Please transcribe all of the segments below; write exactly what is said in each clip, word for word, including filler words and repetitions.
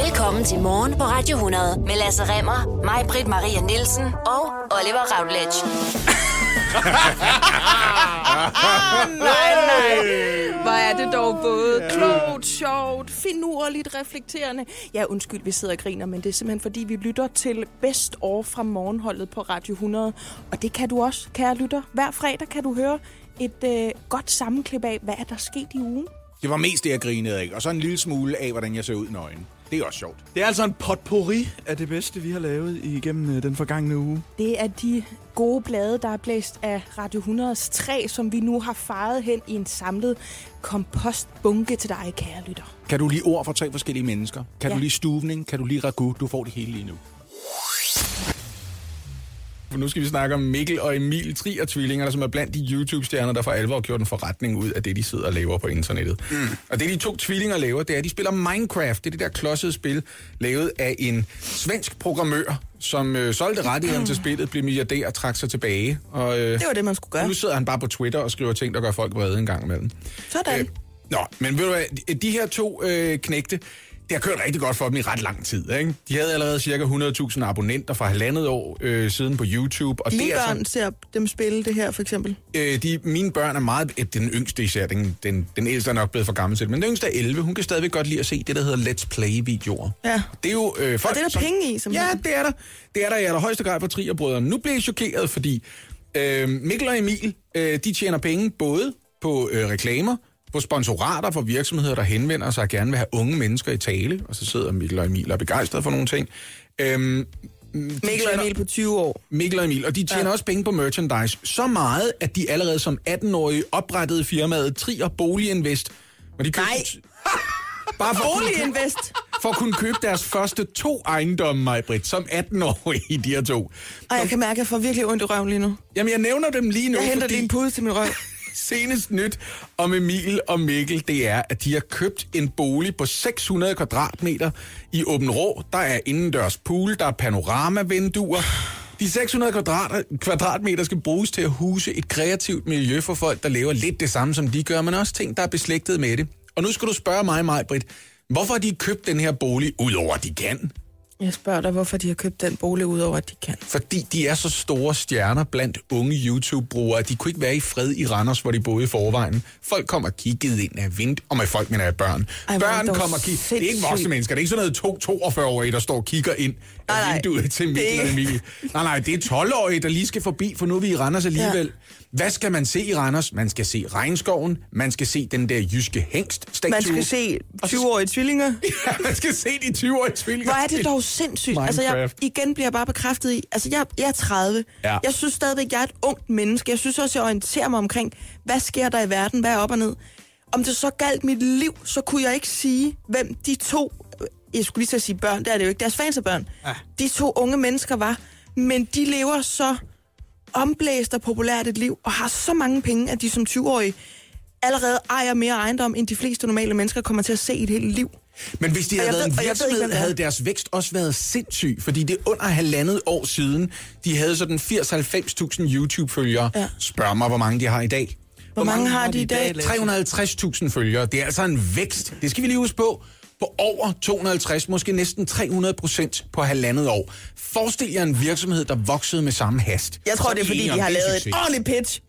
Velkommen til Morgen på Radio hundrede med Lasse Remmer, mig, Britt Maria Nielsen og Oliver Routledge. nej, nej. Hvor er det dog både klogt, sjovt, finurligt, reflekterende. Ja, undskyld, vi sidder og griner, men det er simpelthen fordi, vi lytter til Best Of fra morgenholdet på Radio hundrede. Og det kan du også, kære lytter. Hver fredag kan du høre et øh, godt sammenklip af, hvad er der sket i ugen. Det var mest det, jeg grinede af, og så en lille smule af, hvordan jeg ser ud nøgen. Det er også sjovt. Det er altså en potpourri af det bedste, vi har lavet igennem øh, den forgangne uge. Det er de gode blade, der er blæst af Radio hundredes træ, som vi nu har faret hen i en samlet kompostbunke til dig, kære lytter. Kan du lide ord for tre forskellige mennesker? Kan Ja. du lide stuvning? Kan du lide ragu? Du får det hele lige nu. For nu skal vi snakke om Mikkel og Emil Trier-tvillingerne, som er blandt de YouTube-stjerner, der for alvor har gjort en forretning ud af det, de sidder og laver på internettet. Mm. Og det, de to tvillinger laver, det er, at de spiller Minecraft. Det er det der klodsede spil, lavet af en svensk programmør, som øh, solgte rettigheden til spillet, blev milliardær og trak sig tilbage. Og, øh, Det var det, man skulle gøre. nu sidder han bare på Twitter og skriver ting, der gør folk vrede en gang imellem. Sådan. Øh, nå, men ved du hvad, de, de her to øh, knægte, det har kørt rigtig godt for dem i ret lang tid, ikke? De havde allerede cirka hundrede tusind abonnenter fra halvandet år øh, siden på YouTube. Og Dine det er børn altså, ser dem spille det her, for eksempel. øh, de, mine børn er meget... Øh, den yngste især, den, den, den ældste er nok blevet for gammel til det, men den yngste er elleve. Hun kan stadigvæk godt lide at se det, der hedder Let's Play-videoer. Ja. Det er jo øh, folk, Og det er der som, penge i, som Ja, det er der. Det er der i allerhøjeste grad for Trier-brødrene. Nu bliver jeg chokeret, fordi øh, Mikkel og Emil, øh, de tjener penge både på øh, reklamer, på sponsorater for virksomheder, der henvender sig og gerne vil have unge mennesker i tale, og så sidder Mikkel og Emil og er begejstrede for nogle ting. Øhm, Mikkel og Emil på tyve år. Mikkel og Emil, og de tjener ja. også penge på merchandise. Så meget, at de allerede som atten-årige oprettede firmaet Trier Boliginvest. Og de købte, Nej. bare for, Boliginvest. for at kunne købe deres første to ejendomme, Maj-Brit, som atten-årige, de her to. Ej, jeg kan mærke, at jeg får virkelig ondt i røven lige nu. Jamen, jeg nævner dem lige nu, Jeg henter fordi lige en pude til min røv. senest nyt om Emil og Mikkel, det er, at de har købt en bolig på seks hundrede kvadratmeter i Åben Rå. Der er indendørs pool, der er panoramavinduer. De seks hundrede kvadrat, kvadratmeter skal bruges til at huse et kreativt miljø for folk, der lever lidt det samme, som de gør, men også ting, der er beslægtet med det. Og nu skal du spørge mig, Maj-Brit, hvorfor har de købt den her bolig, udover at de kan? Jeg spørger dig, hvorfor de har købt den bolig, udover at de kan. Fordi de er så store stjerner blandt unge YouTube-brugere, at de kunne ikke være i fred i Randers, hvor de boede i forvejen. Folk kom og kiggede ind af vind, og med folk mener jeg børn. Ej, børn hvor er det kommer og kigger. Det er ikke voksne sindssygt. mennesker. Det er ikke sådan noget to toogfyrre-årige, der står og kigger ind af Nej, nej. vinduet til Mikkel Det er og Emil. Nej, nej, det er tolv-årige, der lige skal forbi, for nu er vi i Randers alligevel. Ja. Hvad skal man se i Randers? Man skal se regnskoven, man skal se den der jyske hængst-statue. Man skal se tyve-årige tvillinger. Ja, man skal se de tyve-årige tvillinger. Hvor er det dog sindssygt. Altså, jeg, Minecraft. igen bliver jeg bare bekræftet i, altså jeg, jeg er tredive. Ja. Jeg synes stadigvæk, jeg er et ungt menneske. Jeg synes også, jeg orienterer mig omkring, hvad sker der i verden, hvad er op og ned. Om det så galt mit liv, så kunne jeg ikke sige, hvem de to, jeg skulle lige til at sige børn, det er det jo ikke, deres fans af børn, ja. De to unge mennesker var, men de lever så omblæst og populært et liv, og har så mange penge, at de som tyve-årige allerede ejer mere ejendom, end de fleste normale mennesker kommer til at se i et helt liv. Men hvis de Og havde jeg været ved- en og jeg ved ikke, virksomhed, hvem det er. havde deres vækst også været sindssyg, fordi det er under halvandet år siden, de havde sådan firs til halvfems tusind YouTube-følgere. Ja. Spørg mig, hvor mange de har i dag. Hvor mange har de i dag? tre hundrede og halvtreds tusind følgere. Det er altså en vækst. Det skal vi lige huske på. På over to hundrede og halvtreds, måske næsten tre hundrede procent på halvandet år. Forestil jer en virksomhed, der voksede med samme hast. Jeg tror, Så det er fordi, enige de om, har det er lavet et succes. ordentligt pitch.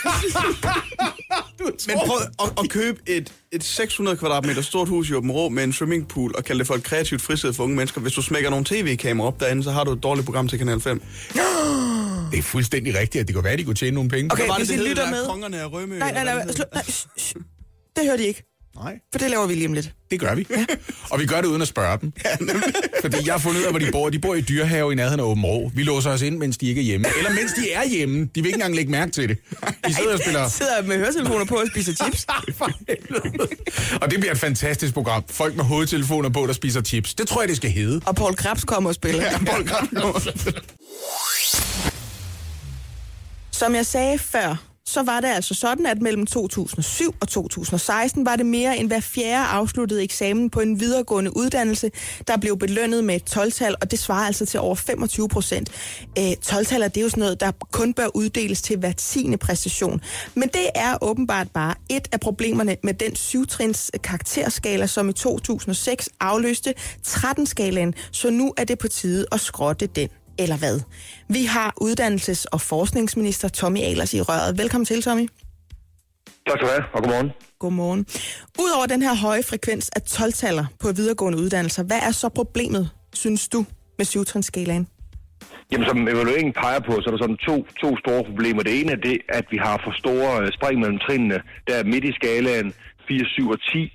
Men prøv at, at købe et, et seks hundrede kvadratmeter stort hus i Åben Rå med en swimmingpool og kalde det for et kreativt fristed for unge mennesker. Hvis du smækker nogle tv-kameraer op derinde, så har du et dårligt program til Kanal fem. Det er fuldstændig rigtigt, at det kunne være, at de kunne tjene nogle penge. Okay, Hvad var hvis det, I det lytter hed, med- der Kongerne af Rømø? Nej, nej, nej. Slu, nej sh, sh. Det hører de ikke, Nej, for det laver vi lige om lidt. det gør vi. Og vi gør det uden at spørge dem. Fordi jeg har fundet ud af, hvor de bor. De bor i dyrehave i nærheden af Åben Rå. Vi låser os ind, mens de ikke er hjemme. Eller mens de er hjemme. De vil ikke engang lægge mærke til det. De sidder og spiller... Sidder med høretelefoner på og spiser chips. Og det bliver et fantastisk program. Folk med hovedtelefoner på, der spiser chips. Det tror jeg, det skal hedde. Og Paul Krebs kommer og spiller. Ja, Paul Krebs kommer. Som jeg sagde før, så var det altså sådan, at mellem to tusind og syv og to tusind og seksten var det mere end hver fjerde afsluttede eksamen på en videregående uddannelse, der blev belønnet med et tolv-tal, og det svarer altså til over femogtyve procent. Øh, tolv-taller, det er jo sådan noget, der kun bør uddeles til hver tiende præstation. Men det er åbenbart bare et af problemerne med den syvtrins karakterskala, som i to tusind og seks afløste tretten-skalaen, så nu er det på tide at skrotte den. Eller hvad? Vi har uddannelses- og forskningsminister Tommy Ahlers i røret. Velkommen til, Tommy. Tak skal du have, og godmorgen. Godmorgen. Udover den her høje frekvens af tolv-taller på videregående uddannelser, hvad er så problemet, synes du, med syvtrinsskalaen? Jamen, som evalueringen peger på, så er der sådan to, to store problemer. Det ene er det, at vi har for store spring mellem trinene, der er midt i skalaen fire, syv og ti,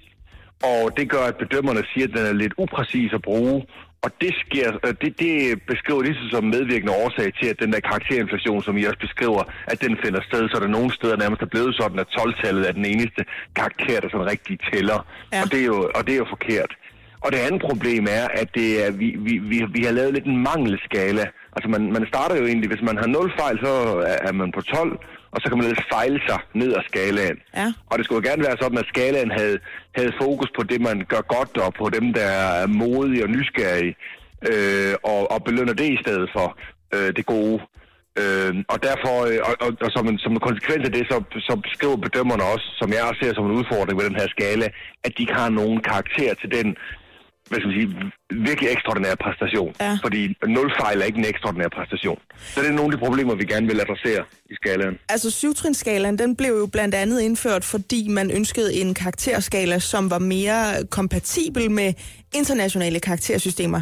og det gør, at bedømmerne siger, at den er lidt upræcis at bruge. Og det, sker, det, det beskriver lige som medvirkende årsag til, at den der karakterinflation, som I også beskriver, at den finder sted, så er der nogle steder nærmest er blevet sådan, at tolv-tallet er den eneste karakter, der sådan rigtig tæller. Ja. Og, det er jo, og det er jo forkert. Og det andet problem er, at det er, vi, vi, vi, vi har lavet lidt en mangelskala. Altså man, man starter jo egentlig, hvis man har nul fejl, så er man på tolv, og så kan man lidt fejle sig ned ad skalaen. Ja. Og det skulle jo gerne være sådan, at skalaen havde, havde fokus på det, man gør godt, og på dem, der er modige og nysgerrige, øh, og, og belønner det i stedet for øh, det gode. Øh, og derfor, øh, og, og, og som, en, som en konsekvens af det, så, så skriver bedømmerne også, som jeg også ser som en udfordring ved den her skala, at de ikke har nogen karakter til den, hvad skal man sige, virkelig ekstraordinær præstation. Ja. Fordi nul fejl er ikke en ekstraordinær præstation. Så det er nogle af de problemer, vi gerne vil adressere i skalaen. Altså syvtrinsskalaen, den blev jo blandt andet indført, fordi man ønskede en karakterskala, som var mere kompatibel med internationale karaktersystemer.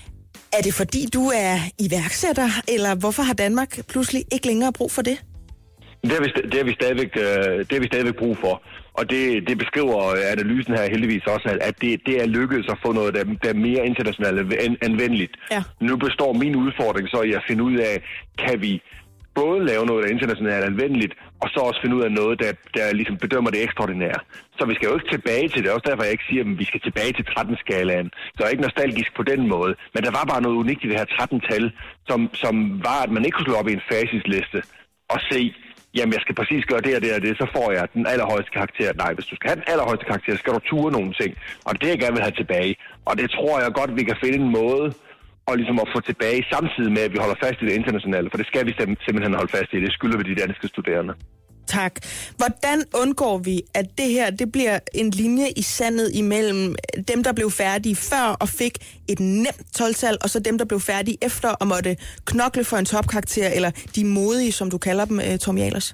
Er det fordi, du er iværksætter, eller hvorfor har Danmark pludselig ikke længere brug for det? Det har vi, det har vi, stadigvæk, det har vi stadigvæk brug for. Og det, det beskriver analysen her heldigvis også, at det, det er lykkedes at få noget, der, der er mere internationalt anvendeligt. Ja. Nu består min udfordring så i at finde ud af, kan vi både lave noget, der er internationalt anvendeligt, og så også finde ud af noget, der, der ligesom bedømmer det ekstraordinære. Så vi skal jo ikke tilbage til det. Også derfor, jeg ikke siger, at vi skal tilbage til tretten-skalaen. Så jeg er ikke nostalgisk på den måde. Men der var bare noget unikt i det her tretten-tal, som, som var, at man ikke kunne slå op i en facisliste og se, jamen jeg skal præcis gøre det og det og det, så får jeg den allerhøjeste karakter. Nej, hvis du skal have den allerhøjeste karakter, så skal du ture nogle ting. Og det jeg gerne vil have tilbage. Og det tror jeg godt, vi kan finde en måde og ligesom at få tilbage, samtidig med, at vi holder fast i det internationale. For det skal vi simpelthen holde fast i. Det skylder vi de danske studerende. Tak. Hvordan undgår vi, at det her det bliver en linje i sandet imellem dem, der blev færdige før og fik et nemt tolv-tal, og så dem, der blev færdige efter og måtte knokle for en topkarakter, eller de modige, som du kalder dem, Tommy Ahlers?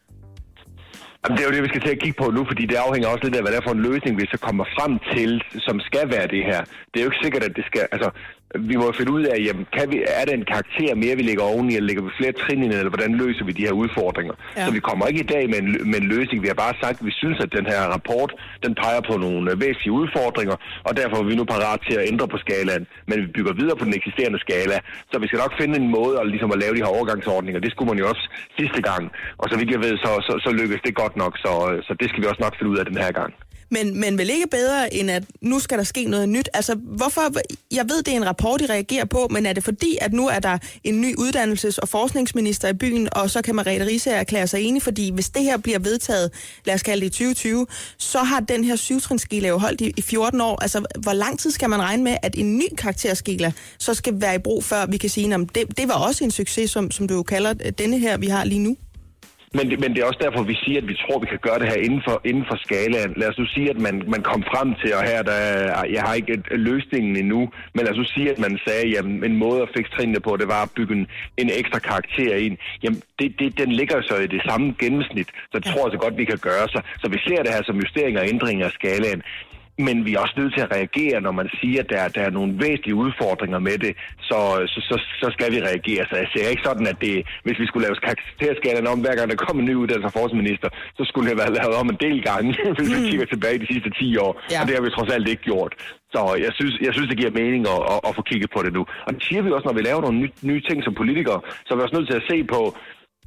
Jamen, det er jo det, vi skal til at kigge på nu, fordi det afhænger også lidt af, hvad det er for en løsning, vi så kommer frem til, som skal være det her. Det er jo ikke sikkert, at det skal... Altså, vi må finde ud af, jamen, kan vi, er det en karakter mere, vi lægger oveni, eller lægger vi flere trin ind, eller hvordan løser vi de her udfordringer? Ja. Så vi kommer ikke i dag med en, med en løsning. Vi har bare sagt, at vi synes, at den her rapport, den peger på nogle væsentlige udfordringer, og derfor er vi nu parat til at ændre på skalaen. Men vi bygger videre på den eksisterende skala, så vi skal nok finde en måde at, ligesom at lave de her overgangsordninger. Det skulle man jo også sidste gang. Og så vidt jeg ved, så, så, så lykkes det godt nok, så, så det skal vi også nok finde ud af den her gang. Men, men vel ikke bedre, end at nu skal der ske noget nyt? Altså, hvorfor... Jeg ved, det er en rapport, I reagerer på, men er det fordi, at nu er der en ny uddannelses- og forskningsminister i byen, og så kan Merete Riisager erklære sig enig? Fordi hvis det her bliver vedtaget, lad os kalde det i tyve tyve, så har den her syvtrinsskala jo holdt i, i fjorten år. Altså, hvor lang tid skal man regne med, at en ny karakterskala så skal være i brug, før vi kan sige, at det, det var også en succes, som, som du jo kalder denne her, vi har lige nu? Men det, men det er også derfor, vi siger, at vi tror, vi kan gøre det her inden for, inden for skalaen. Lad os nu sige, at man, man kom frem til, og her, der, jeg har ikke et, løsningen endnu, men lad os nu sige, at man sagde, at en måde at fikse trinene på, det var at bygge en, en ekstra karakter ind. Jamen, det, det, den ligger så i det samme gennemsnit, så det tror jeg så godt, vi kan gøre. Så, så vi ser det her som justeringer og ændringer af skalaen. Men vi er også nødt til at reagere, når man siger, at der, der er nogle væsentlige udfordringer med det, så, så, så, så skal vi reagere. Så jeg ser ikke sådan, at det, hvis vi skulle lave karakterskalaen om, hver gang der kom en ny uddannelse og forskningsminister, så skulle det være lavet om en del gange, hvis vi kigger tilbage de sidste ti år. Ja. Og det har vi trods alt ikke gjort. Så jeg synes, jeg synes det giver mening at, at, at få kigget på det nu. Og det siger vi også, når vi laver nogle nye, nye ting som politikere, så er vi også nødt til at se på,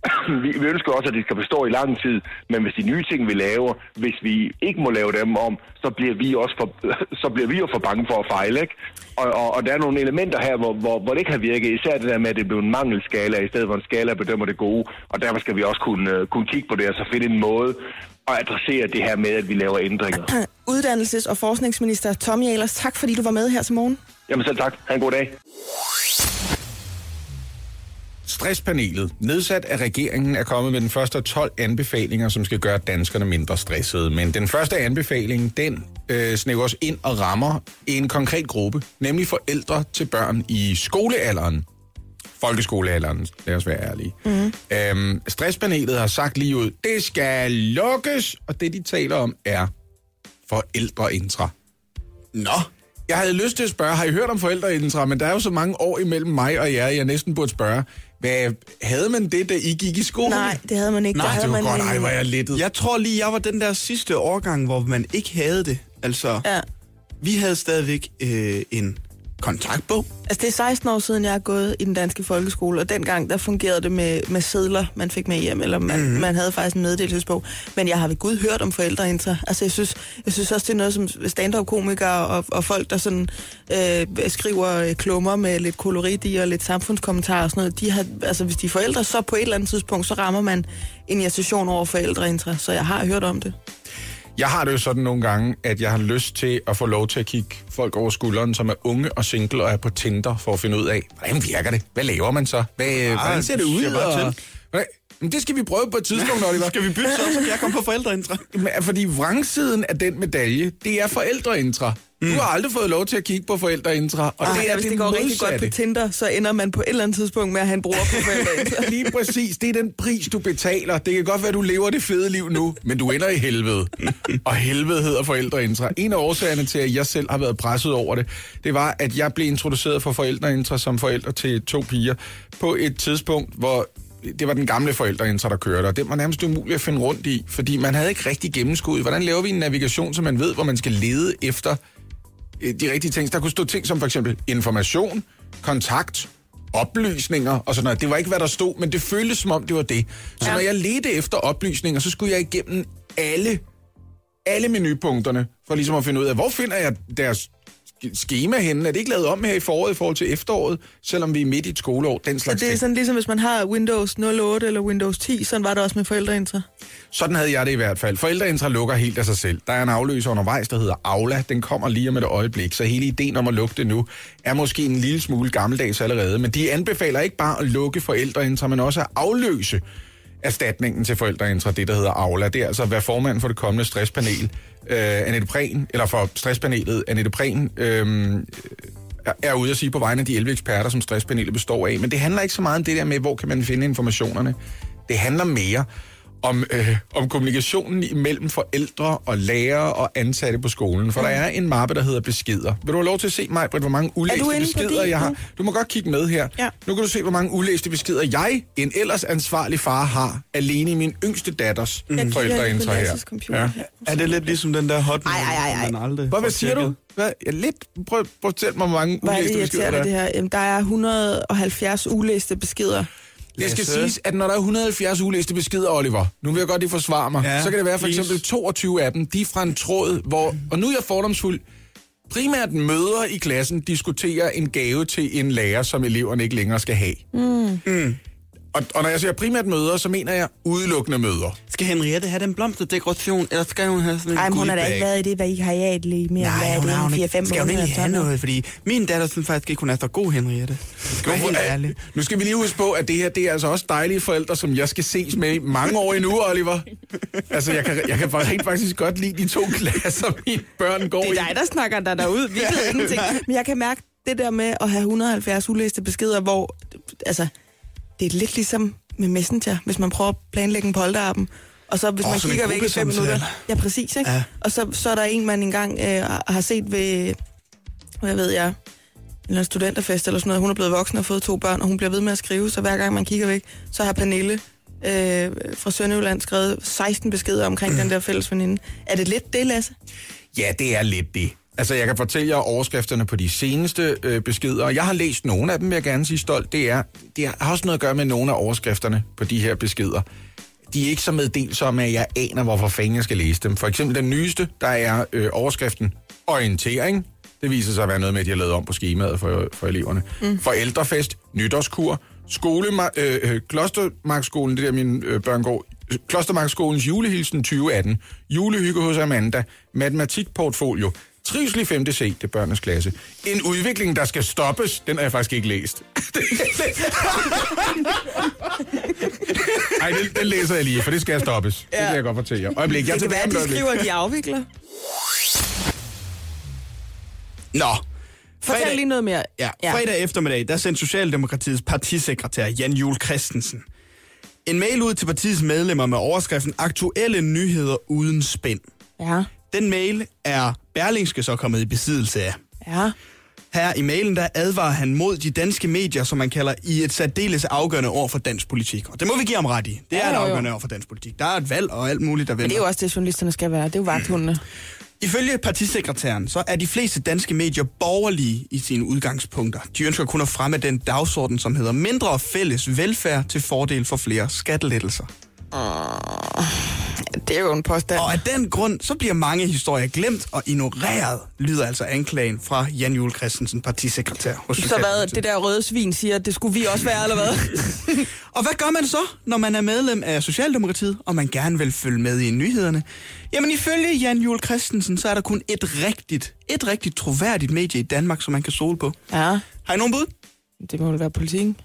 vi, vi ønsker også, at det skal bestå i lang tid, men hvis de nye ting, vi laver, hvis vi ikke må lave dem om, så bliver vi også for, så bliver vi jo for bange for at fejle, ikke? Og, og, og der er nogle elementer her, hvor, hvor, hvor det ikke har virket, især det der med, at det blev en mangelskala, i stedet for en skala bedømmer det gode, og derfor skal vi også kunne, kunne kigge på det, og så finde en måde at adressere det her med, at vi laver ændringer. Uddannelses- og forskningsminister Tommy Ahlers, tak fordi du var med her til morgen. Jamen selv tak. Ha' en god dag. Stresspanelet, nedsat af regeringen, er kommet med den første tolv anbefalinger, som skal gøre danskerne mindre stressede. Men den første anbefaling, den øh, snæver os ind og rammer en konkret gruppe, nemlig forældre til børn i skolealderen. Folkeskolealderen, lad os være ærlige. Mm-hmm. Øhm, stresspanelet har sagt lige ud, det skal lukkes, og det de taler om er forældreintra. Nå. Jeg havde lyst til at spørge, har I hørt om forældreintra? Men der er jo så mange år imellem mig og jer, jeg næsten burde spørge, hvad, havde man det, da I gik i skole? Nej, det havde man ikke. Nej, der havde det var man godt. en... Ej, hvor jeg lettet. Jeg tror lige, jeg var den der sidste årgang, hvor man ikke havde det. Altså, Ja. vi havde stadigvæk øh, en kontaktbog. Altså, det er seksten år siden, jeg er gået i den danske folkeskole, og dengang, der fungerede det med, med sedler, man fik med hjem, eller man, mm-hmm. man havde faktisk en meddelelsesbog. Men jeg har ved Gud hørt om forældreintra. Altså, jeg synes, jeg synes også, det er noget, som stand-up-komikere og, og folk, der sådan øh, skriver klummer med lidt kolorit i og lidt samfundskommentarer og sådan noget, de har, altså, hvis de er forældre, så på et eller andet tidspunkt, så rammer man en irritation over forældreintra. Så jeg har hørt om det. Jeg har det jo sådan nogle gange, at jeg har lyst til at få lov til at kigge folk over skulderen, som er unge og single og er på Tinder, for at finde ud af, hvordan virker det? Hvad laver man så? Hvad, Ej, hvordan ser det ud? Og... Men det skal vi prøve på et tidspunkt, Oliver. Skal vi bytte så, så kan jeg komme på forældreintra? Fordi vrangsiden af den medalje, det er forældreintra. Mm. Du har aldrig fået lov til at kigge på forældreintra, og Ej, det er hvis det det går modsatte. rigtig godt på Tinder, så ender man på et eller andet tidspunkt med at have en bror på forældreintra. Lige præcis. Det er den pris, du betaler. Det kan godt være, at du lever det fede liv nu, men du ender i helvede. Og helvede hedder forældreintra. En af årsagerne til, at jeg selv har været presset over det, det var, at jeg blev introduceret for forældreintra som forældre til to piger på et tidspunkt, hvor det var den gamle forældreintra, der kørte, og det var nærmest umuligt at finde rundt i, fordi man havde ikke rigtig gennemskuet. Hvordan laver vi en navigation, så man ved, hvor man skal lede efter de rigtige ting? Der kunne stå ting som for eksempel information, kontakt, oplysninger og sådan noget. Det var ikke, hvad der stod, men det føltes som om, det var det. Så ja. Når jeg ledte efter oplysninger, så skulle jeg igennem alle, alle menupunkterne, for ligesom at finde ud af, hvor finder jeg deres skema henne? Er det ikke lavet om her i foråret i forhold til efteråret, selvom vi er midt i et skoleår? Den slags Så det er ting. sådan ligesom, hvis man har Windows nul otte eller Windows ti, sådan var det også med forældreintra. Sådan havde jeg det i hvert fald. Forældreintra lukker helt af sig selv. Der er en afløser undervejs, der hedder Aula. Den kommer lige om et øjeblik, så hele ideen om at lukke det nu er måske en lille smule gammeldags allerede. Men de anbefaler ikke bare at lukke forældreintra, men også at afløse erstatningen til forældreintra, det der hedder Aula. Det er altså, hvad formanden for det kommende stresspanel, øh, Annette Prehn, eller for stresspanelet, Annette Prehn, øh, er ude at sige på vegne af de elleve eksperter, som stresspanelet består af. Men det handler ikke så meget om det der med, hvor kan man finde informationerne. Det handler mere om, øh, om kommunikationen imellem forældre og lærere og ansatte på skolen. For mm. der er en mappe, der hedder beskeder. Vil du have lov til at se, Maj-Britt, hvor mange ulæste beskeder jeg har? Du må godt kigge med her. Ja. Nu kan du se, hvor mange ulæste beskeder jeg, en ellers ansvarlig far, har alene i min yngste datters mm. forældreintra her. Ja. Er det lidt ligesom den der hotmail, ej, ej, ej. man aldrig Hvad, hvad siger du? Hvad? Ja, lidt. Prøv, prøv at fortælle mig, hvor mange ulæste beskeder der er. Det her? Jamen, der er et hundrede og halvfjerds ulæste beskeder. Det skal siges, at når der er et hundrede og halvfjerds ulæste beskeder, Oliver, nu vil jeg godt lige forsvare mig, ja, så kan det være for please. Eksempel toogtyve af dem, de er fra en tråd, hvor, og nu er jeg fordomsfuld, primært mødre i klassen diskuterer en gave til en lærer, som eleverne ikke længere skal have. Mm. Mm. Og, og når jeg siger primært mødre, så mener jeg udelukkende mødre. Skal Henriette have den blomsterdekoration, eller skal hun have sådan en Ej, men hun har da guldbag? ikke været i det vikariat lige mere. Nej, hun har fire fem Skal hun ikke have noget, fordi min datter synes faktisk ikke, hun er så god, Henriette. Skal være helt ærlig. Nu skal vi lige huske på, at det her, det er altså også dejlige forældre, som jeg skal ses med i mange år endnu, Oliver. Altså, jeg kan, jeg kan rent faktisk godt lide de to klasser, mine børn går i. Det er dig, der snakker der derude. Vi ved ingenting. Men jeg kan mærke det der med at have et hundrede og halvfjerds ulæste beskeder, hvor, altså, det er lidt ligesom med Messenger, hvis man prøver at planlægge en polterappen, og så hvis oh, man kigger væk i fem minutter. Ja, præcis, ikke? Ja. Og så, så er der en, man engang øh, har set ved, hvad ved jeg, en studenterfest eller sådan noget. Hun er blevet voksen og fået to børn, og hun bliver ved med at skrive, så hver gang man kigger væk, så har Pernille øh, fra Sønderjylland skrevet seksten beskeder omkring mm. den der fælles veninde. Er det lidt det, Lasse? Ja, det er lidt det. Altså, jeg kan fortælle jer overskrifterne på de seneste øh, beskeder, og jeg har læst nogle af dem, vil jeg gerne sige stolt. Det er, det har også noget at gøre med nogle af overskrifterne på de her beskeder. De er ikke så meddelsomme, at jeg aner, hvorfor fanden jeg skal læse dem. For eksempel den nyeste, der er øh, overskriften orientering. Det viser sig at være noget med, at de har lavet om på skemaet for, for eleverne. Mm. Forældrefest, nytårskur, skole, øh, Klostermarkskolen, det der mine øh, børn går, Klostermarkskolens julehilsen tyve atten, julehygge hos Amanda, matematikportfolio, trivsel i femte C, det er børnenes klasse. En udvikling, der skal stoppes, den har jeg faktisk ikke læst. Ej, den, den læser jeg lige, for det skal stoppes. Ja. Det kan jeg godt fortælle jer. Øjeblik, jeg det kan være, at de skriver, at de afvikler. Nå. Fortæl fredag, lige noget mere. Ja, ja. Fredag eftermiddag, der sendte Socialdemokratiets partisekretær Jan Juhl Christensen en mail ud til partiets medlemmer med overskriften Aktuelle nyheder uden spænd. Ja. Den mail er Berlingske så kommet i besiddelse af. Ja. Her i mailen, der advarer han mod de danske medier, som man kalder i et særdeles afgørende år for dansk politik. Og det må vi give ham ret i. Det er ja, et afgørende år for dansk politik. Der er et valg og alt muligt, der venter. Men det er jo også det, journalisterne skal være. Det er jo vagthundene. Ifølge partisekretæren, så er de fleste danske medier borgerlige i sine udgangspunkter. De ønsker kun at fremme den dagsorden, som hedder mindre fælles velfærd til fordel for flere skattelettelser. Uh, det er jo en påstand. Og af den grund, så bliver mange historier glemt og ignoreret, lyder altså anklagen fra Jan Juhl Christensen, partisekretær hos Så hvad det der røde svin siger, det skulle vi også være, eller hvad? Og hvad gør man så, når man er medlem af Socialdemokratiet, og man gerne vil følge med i nyhederne? Jamen ifølge Jan Juhl Christensen, så er der kun et rigtigt, et rigtigt troværdigt medie i Danmark, som man kan stole på. Ja. Har I nogen bud? Det må jo være politikken.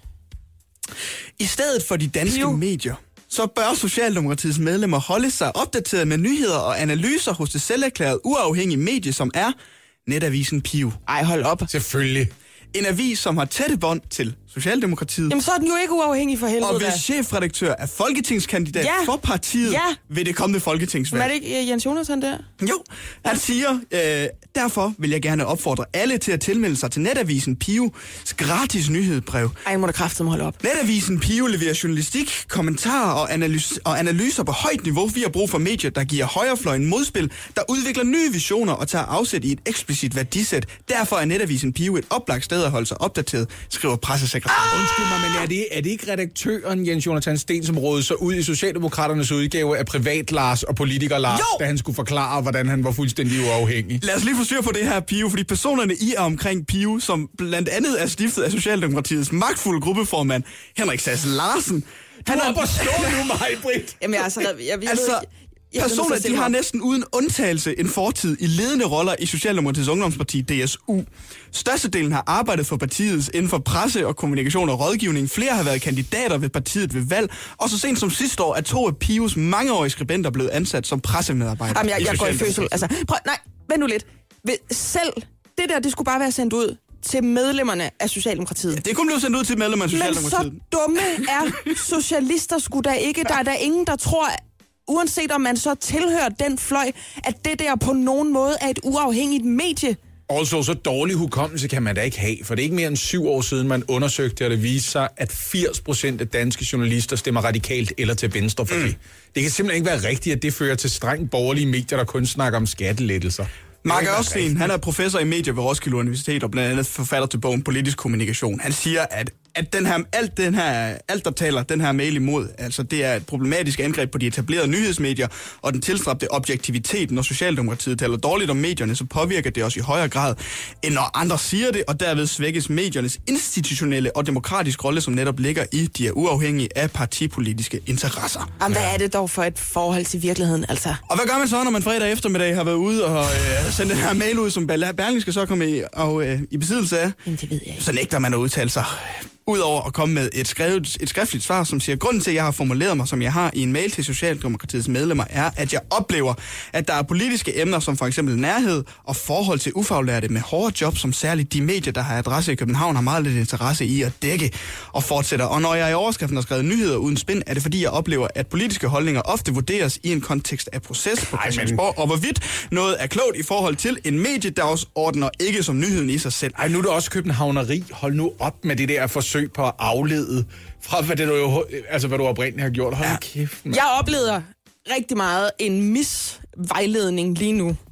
I stedet for de danske jo. medier, så bør Socialdemokratiets medlemmer holde sig opdateret med nyheder og analyser hos det selverklærede uafhængige medie, som er netavisen Pio. Ej, hold op. Selvfølgelig. En avis, som har tætte bånd til Socialdemokratiet. Jamen, så er den jo ikke uafhængig for helvede. Og hvis chefredaktør er folketingskandidat ja. for partiet ja. ved det kommende folketingsvalg. Men er det ikke Jens Jonathan der? Jo, han siger, øh, derfor vil jeg gerne opfordre alle til at tilmelde sig til netavisen Pio's gratis nyhedsbrev. Ej, må da kraftedeme holde op. Netavisen Pio leverer journalistik, kommentarer og, analys- og analyser på højt niveau. Vi har brug for medier, der giver højrefløjen modspil, der udvikler nye visioner og tager afsæt i et eksplicit værdisæt. Derfor er netavisen Pio et oplagt sted at holde sig opdateret, skriver pressesekretær. Ah! Undskyld mig, men er det, er det ikke redaktøren Jens Jonathan Sten, som rådede sig ud i Socialdemokraternes udgave af Privat Lars og Politiker Lars, jo! Da han skulle forklare, hvordan han var fuldstændig uafhængig? Lad os lige få styr på det her, Pio, fordi personerne i og omkring Pio, som blandt andet er stiftet af Socialdemokratiets magtfulde gruppeformand, Henrik Sass Larsen. Han er på stå nu, mig, Britt. Jamen, altså, jeg, jeg, jeg altså, ved Jeg Personer, de har næsten uden undtagelse en fortid i ledende roller i Socialdemokratiets ungdomsparti D S U. Størstedelen har arbejdet for partiet inden for presse og kommunikation og rådgivning. Flere har været kandidater ved partiet ved valg, og så sent som sidste år er to af Pios mangeårige skribenter blevet ansat som pressemedarbejdere. Jamen, jeg, jeg går i fødsel. Altså, prøv, nej, vent nu lidt. Selv det der, det skulle bare være sendt ud til medlemmerne af Socialdemokratiet. Ja, det kunne blive sendt ud til medlemmerne af Socialdemokratiet. Men så dumme er socialister sgu da ikke. Der er der ingen, der tror, uanset om man så tilhører den fløj, at det der på nogen måde er et uafhængigt medie. Altså, så dårlig hukommelse kan man da ikke have, for det er ikke mere end syv år siden, man undersøgte, og det viste sig, at firs procent af danske journalister stemmer radikalt eller til venstre for mm. det. Det kan simpelthen ikke være rigtigt, at det fører til strengt borgerlige medier, der kun snakker om skattelettelser. Mark Ørsten, han er professor i medier ved Roskilde Universitet og blandt andet forfatter til bogen Politisk Kommunikation. Han siger, at, at den her, alt, den her, alt, der taler den her mail imod, altså det er et problematisk angreb på de etablerede nyhedsmedier og den tilstræbte objektivitet. Når Socialdemokratiet taler dårligt om medierne, så påvirker det os i højere grad, end når andre siger det, og derved svækkes mediernes institutionelle og demokratiske rolle, som netop ligger i, de er uafhængige af partipolitiske interesser. Jamen, hvad er det dog for et forhold til virkeligheden, altså? Og hvad gør man så, når man fredag eftermiddag har været ude og øh, sendt den her mail ud, som Berlingske så komme i, og, øh, i besiddelse af? Jamen, det ved jeg ikke. Så nægter man at udtale sig. Udover at komme med et, skrevet, et skriftligt svar, som siger, grunden til, at jeg har formuleret mig, som jeg har i en mail til Socialdemokratiets medlemmer, er, at jeg oplever, at der er politiske emner, som for eksempel nærhed og forhold til ufaglærte med hårde job, som særligt de medier, der har adresse i København, har meget lidt interesse i at dække og fortsætter. Og når jeg i overskriften har skrevet nyheder uden spænd, er det fordi, jeg oplever, at politiske holdninger ofte vurderes i en kontekst af proces på Christiansborg, og hvorvidt noget er klogt i forhold til en mediedagsorden og ikke som nyheden i sig selv. Ej, nu er det også københavneri. Hold nu op med det der forsøg på at aflede fra, hvad, det, du, jo, altså, hvad du oprindeligt har gjort. Hold ja. kæft, man. Jeg oplever rigtig meget en misvejledning lige nu.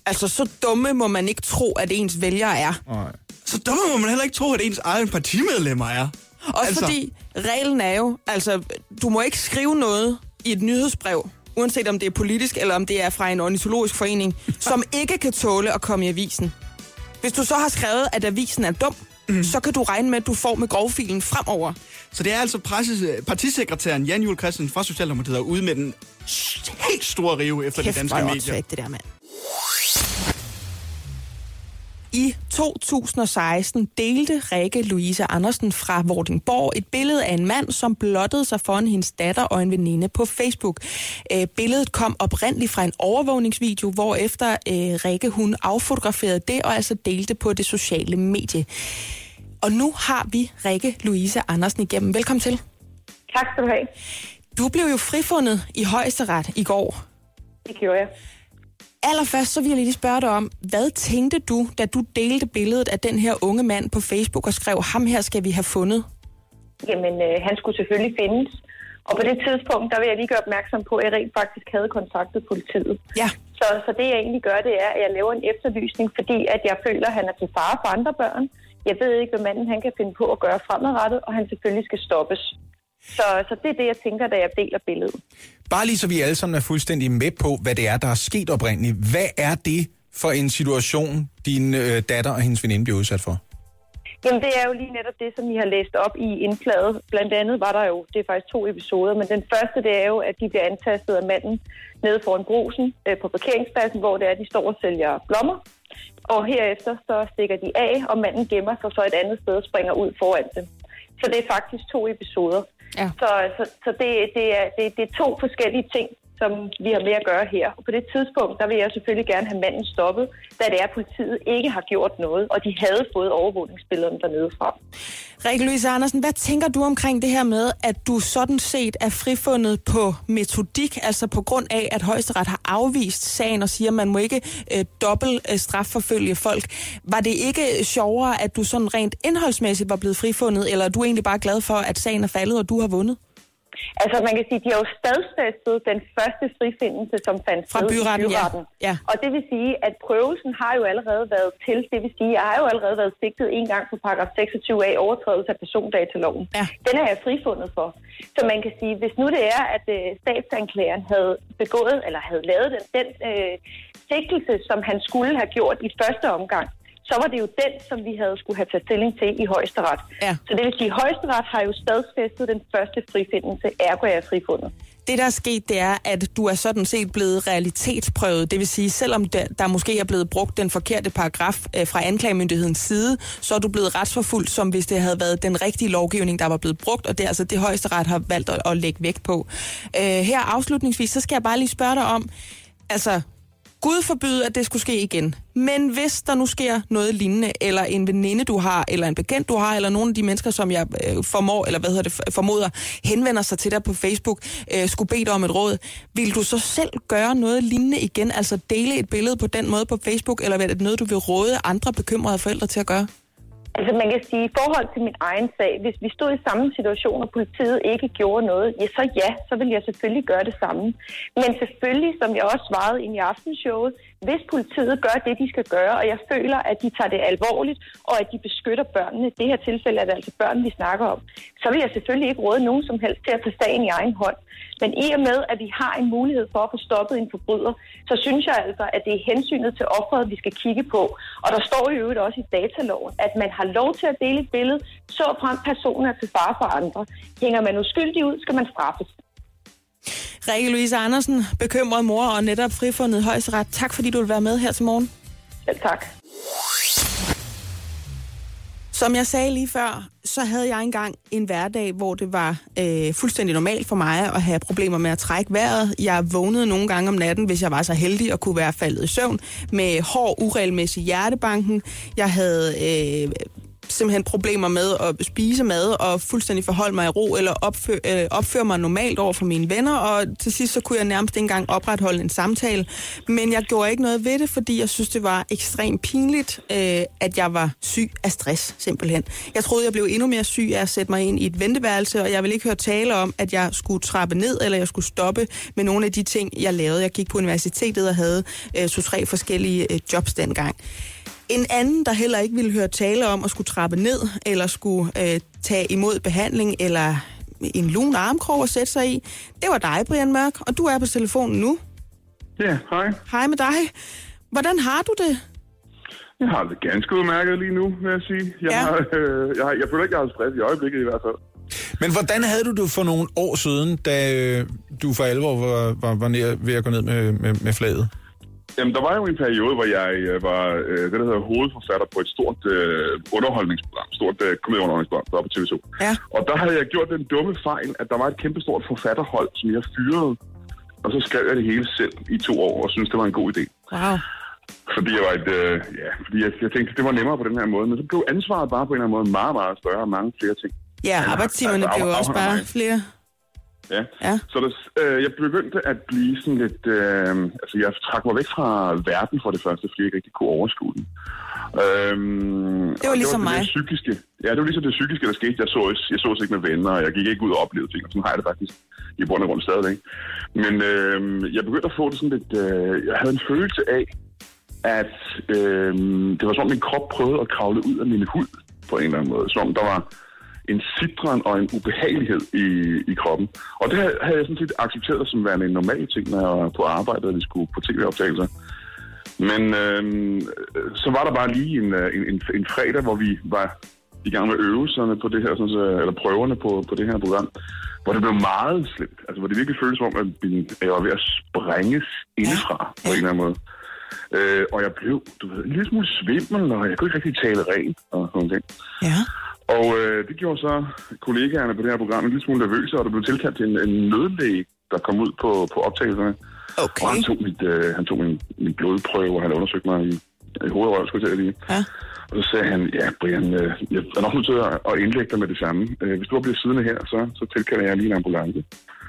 Altså, så dumme må man ikke tro, at ens vælgere er. Nej. Så dumme må man heller ikke tro, at ens egen partimedlemmer er. Også altså. Fordi reglen er jo, altså, du må ikke skrive noget i et nyhedsbrev, uanset om det er politisk, eller om det er fra en ornitologisk forening, som ikke kan tåle at komme i avisen. Hvis du så har skrevet, at avisen er dum, mm. så kan du regne med, at du får med grovfilen fremover. Så det er altså presses, partisekretæren Jan Juhl Christensen fra Socialdemokratiet ude med den helt store rive efter Kæft, de danske medier. Kæft, det der, mand. I to tusind og seksten delte Rikke Louise Andersen fra Vordingborg et billede af en mand, som blottede sig foran hendes datter og en veninde på Facebook. Øh, billedet kom oprindeligt fra en overvågningsvideo, hvorefter øh, Rikke hun affotograferede det og altså delte på det sociale medie. Og nu har vi Rikke Louise Andersen igennem. Velkommen til. Tak skal du have. Du blev jo frifundet i Højesteret i går. Det gjorde jeg. Allerførst så vil jeg lige spørge dig om, hvad tænkte du, da du delte billedet af den her unge mand på Facebook og skrev, ham her skal vi have fundet? Jamen, øh, han skulle selvfølgelig findes. Og på det tidspunkt, der vil jeg lige gøre opmærksom på, at jeg rent faktisk havde kontaktet politiet. Ja. Så, så det jeg egentlig gør, det er, at jeg laver en efterlysning, fordi at jeg føler, at han er til fare for andre børn. Jeg ved ikke, hvad manden han kan finde på at gøre fremadrettet, og han selvfølgelig skal stoppes. Så, så det er det, jeg tænker, da jeg deler billedet. Bare lige så vi alle sammen er fuldstændig med på, hvad det er, der er sket oprindeligt. Hvad er det for en situation, din øh, datter og hendes veninde bliver udsat for? Jamen, det er jo lige netop det, som I har læst op i indklaget. Blandt andet var der jo, det er faktisk to episoder, men den første, det er jo, at de bliver antastet af manden nede foran Brugsen øh, på parkeringspladsen, hvor det er, de står og sælger blommer. Og herefter så stikker de af, og manden gemmer sig så et andet sted og springer ud foran dem. Så det er faktisk to episoder. Ja. Så, så, så det, det, er, det, det er to forskellige ting, som vi har med at gøre her. Og på det tidspunkt, der vil jeg selvfølgelig gerne have manden stoppet, da det er, at politiet ikke har gjort noget, og de havde fået overvågningsbillederne dernede fra. Rikke Louise Andersen, hvad tænker du omkring det her med, at du sådan set er frifundet på metodik, altså på grund af, at Højesteret har afvist sagen og siger, at man må ikke øh, dobbelt øh, strafforfølge folk. Var det ikke sjovere, at du sådan rent indholdsmæssigt var blevet frifundet, eller er du egentlig bare glad for, at sagen er faldet, og du har vundet? Altså, man kan sige, at de har jo stadfæstet den første frifindelse, som fandt fra sted byretten, i byretten. Ja. Ja. Og det vil sige, at prøvelsen har jo allerede været til. Det vil sige, at jeg har jo allerede været sigtet en gang på paragraf seksogtyve A, overtrædelse af persondataloven. Ja. Den er jeg frifundet for. Så man kan sige, hvis nu det er, at øh, statsanklageren havde begået, eller havde lavet den, den øh, sigtelse, som han skulle have gjort i første omgang, så var det jo den, som vi havde skulle have taget stilling til i Højesteret. Ja. Så det vil sige, at Højesteret har jo stadfæstet den første frifindelse, ergo er frifundet. Det, der er sket, det er, at du er sådan set blevet realitetsprøvet. Det vil sige, selvom der, der måske er blevet brugt den forkerte paragraf øh, fra anklagemyndighedens side, så er du blevet retsforfulgt, som hvis det havde været den rigtige lovgivning, der var blevet brugt, og det er altså det, Højesteret har valgt at, at lægge vægt på. Øh, her afslutningsvis, så skal jeg bare lige spørge dig om, altså, Gud forbyde, at det skulle ske igen. Men hvis der nu sker noget lignende, eller en veninde, du har, eller en bekendt, du har, eller nogle af de mennesker, som jeg øh, formår, eller hvad hedder det, formoder, henvender sig til dig på Facebook, øh, skulle bede dig om et råd, vil du så selv gøre noget lignende igen? Altså dele et billede på den måde på Facebook, eller er det noget, du vil råde andre bekymrede forældre til at gøre? Altså man kan sige, i forhold til min egen sag, hvis vi stod i samme situation, og politiet ikke gjorde noget, ja, så ja, så vil jeg selvfølgelig gøre det samme. Men selvfølgelig, som jeg også svarede ind i aftenshowet, hvis politiet gør det, de skal gøre, og jeg føler, at de tager det alvorligt, og at de beskytter børnene, i det her tilfælde er det altså børn, vi snakker om, så vil jeg selvfølgelig ikke råde nogen som helst til at tage sagen i egen hånd. Men i og med, at vi har en mulighed for at få stoppet en forbryder, så synes jeg altså, at det er hensynet til offeret, vi skal kigge på. Og der står jo øvrigt også i dataloven, at man har lov til at dele et billede, så frem personen er til fare for andre. Hænger man uskyldig ud, skal man straffes. Rikke Louise Andersen, bekymret mor og netop frifundet Højesteret. Tak fordi du vil være med her til morgen. Selv tak. Som jeg sagde lige før, så havde jeg engang en hverdag, hvor det var øh, fuldstændig normalt for mig at have problemer med at trække vejret. Jeg vågnede nogle gange om natten, hvis jeg var så heldig at kunne være faldet i søvn, med hård, uregelmæssig hjertebanken. Jeg havde øh, simpelthen problemer med at spise mad og fuldstændig forholde mig i ro eller opføre, øh, opføre mig normalt over for mine venner, og til sidst så kunne jeg nærmest ikke engang opretholde en samtale. Men jeg gjorde ikke noget ved det, fordi jeg synes, det var ekstremt pinligt, øh, at jeg var syg af stress, simpelthen. Jeg troede, jeg blev endnu mere syg af at sætte mig ind i et venteværelse, og jeg ville ikke høre tale om, at jeg skulle trappe ned, eller jeg skulle stoppe med nogle af de ting, jeg lavede. Jeg gik på universitetet og havde øh, to-tre forskellige øh, jobs dengang. En anden, der heller ikke ville høre tale om at skulle trappe ned, eller skulle øh, tage imod behandling, eller en lun armkrog at sætte sig i, det var dig, Brian Mørk, og du er på telefonen nu. Ja, hej. Hej med dig. Hvordan har du det? Jeg har det ganske udmærket lige nu, vil jeg sige. Jeg, ja. har, øh, jeg, har, jeg føler ikke, jeg har stress i øjeblikket i hvert fald. Men hvordan havde du det for nogle år siden, da øh, du for alvor var, var, var nær ved at gå ned med, med, med flaget? Jamen, der var jo en periode, hvor jeg øh, var øh, det, der hedder hovedforfatter på et stort øh, underholdningsprogram, stort øh, komedieunderholdningsprogram, der var på T V to. Ja. Og der havde jeg gjort den dumme fejl, at der var et kæmpestort forfatterhold, som jeg fyrede. Og så skrev jeg det hele selv i to år, og synes det var en god idé. Wow. Fordi jeg var et, øh, ja, fordi jeg, jeg tænkte, det var nemmere på den her måde. Men så blev ansvaret bare på en eller anden måde meget, meget større og mange flere ting. Ja, arbejdstimerne altså, blev af, også bare flere. Ja, ja. Så der, øh, jeg begyndte at blive sådan lidt... Øh, altså, jeg trak mig væk fra verden for det første, fordi jeg ikke rigtig kunne overskue den. Øhm, det var ligesom det var mig. Det psykiske. Ja, det var ligesom det psykiske, der skete. Jeg så, jeg så ikke med venner, og jeg gik ikke ud og oplevede ting, og sådan har jeg det faktisk i bund og grund stadigvæk. Men øh, jeg begyndte at få det sådan lidt... Øh, jeg havde en følelse af, at øh, det var som om min krop prøvede at kravle ud af min hud på en eller anden måde. Som om der var en sidren og en ubehagelighed i, i kroppen. Og det havde jeg sådan set accepteret som værende en normal ting, når jeg var på arbejde, og vi skulle på tv-optagelser. Men øh, så var der bare lige en, en, en, en fredag, hvor vi var i gang med øvelserne på det her, sådan så, eller prøverne på, på det her program, hvor det blev meget slemt. Altså, hvor det virkelig føltes som om, at jeg var ved at sprænges indefra ja. på en eller anden måde. Øh, og jeg blev, du ved, en lille smule svimmel, og jeg kunne ikke rigtig tale rent og sådan ting. Ja. Og øh, det gjorde så kollegaerne på det her program en lille smule nervøse, og der blev tilkaldt til en, en nødlæge, der kom ud på, på optagelserne. Okay. Og han tog, mit, øh, han tog min, min blodprøve, og han undersøgte mig i, i hovedrøret, skulle jeg lige. Ja. Og så sagde han, ja, Brian, øh, jeg er nok nødt til at, at indlægge dig med det samme. Øh, hvis du bliver siddende her, så, så tilkalder jeg lige en ambulance.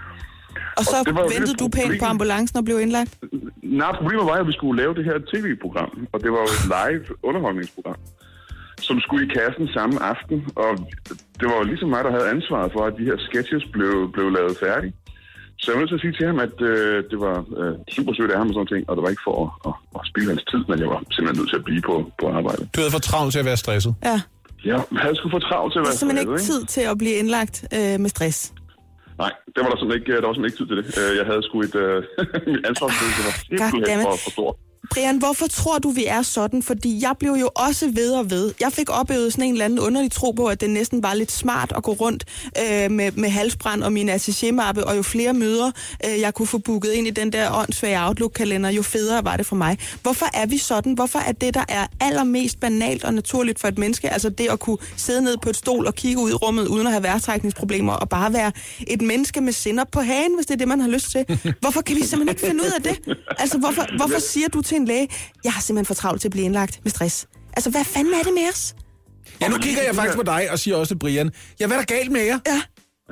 Og så og ventede du pænt på ambulancen og blev indlagt? Nej, problemet var, at vi skulle lave det her tv-program, og det var jo et live underholdningsprogram, som skulle i kassen samme aften, og det var jo ligesom mig, der havde ansvaret for, at de her sketches blev, blev lavet færdige. Så jeg var nødt til at sige til ham, at øh, det var øh, super sødt af ham og sådan ting, og det var ikke for at, at, at spille hans tid, men jeg var simpelthen nødt til at blive på, på arbejde. Du havde for travlt til at være stresset? Ja. Ja, jeg havde sgu for travlt til at være stresset, ikke? Det er simpelthen ikke tid til at blive indlagt øh, med stress? Nej, det var der simpelthen ikke, der var simpelthen ikke tid til det. Jeg havde sgu et... Øh, mit ansvarsfølelse var simpelthen for, for stor. Brian, hvorfor tror du, vi er sådan? Fordi jeg blev jo også ved og ved. Jeg fik oplevet sådan en eller anden underlig tro på, at det næsten var lidt smart at gå rundt øh, med, med halsbrand og min attachémappe, og jo flere møder øh, jeg kunne få booket ind i den der åndssvage Outlook-kalender, jo federe var det for mig. Hvorfor er vi sådan? Hvorfor er det, der er allermest banalt og naturligt for et menneske, altså det at kunne sidde ned på et stol og kigge ud i rummet uden at have vejrtrækningsproblemer, og bare være et menneske med sinder på hagen, hvis det er det, man har lyst til? Hvorfor kan vi simpelthen ikke finde ud af det? Altså, hvorfor, hvorfor siger du til en læge, jeg har simpelthen for travlt til at blive indlagt med stress? Altså, hvad fanden er det med os? Ja, nu kigger jeg faktisk på dig og siger også til Brian, ja, hvad er der galt med jer? Ja.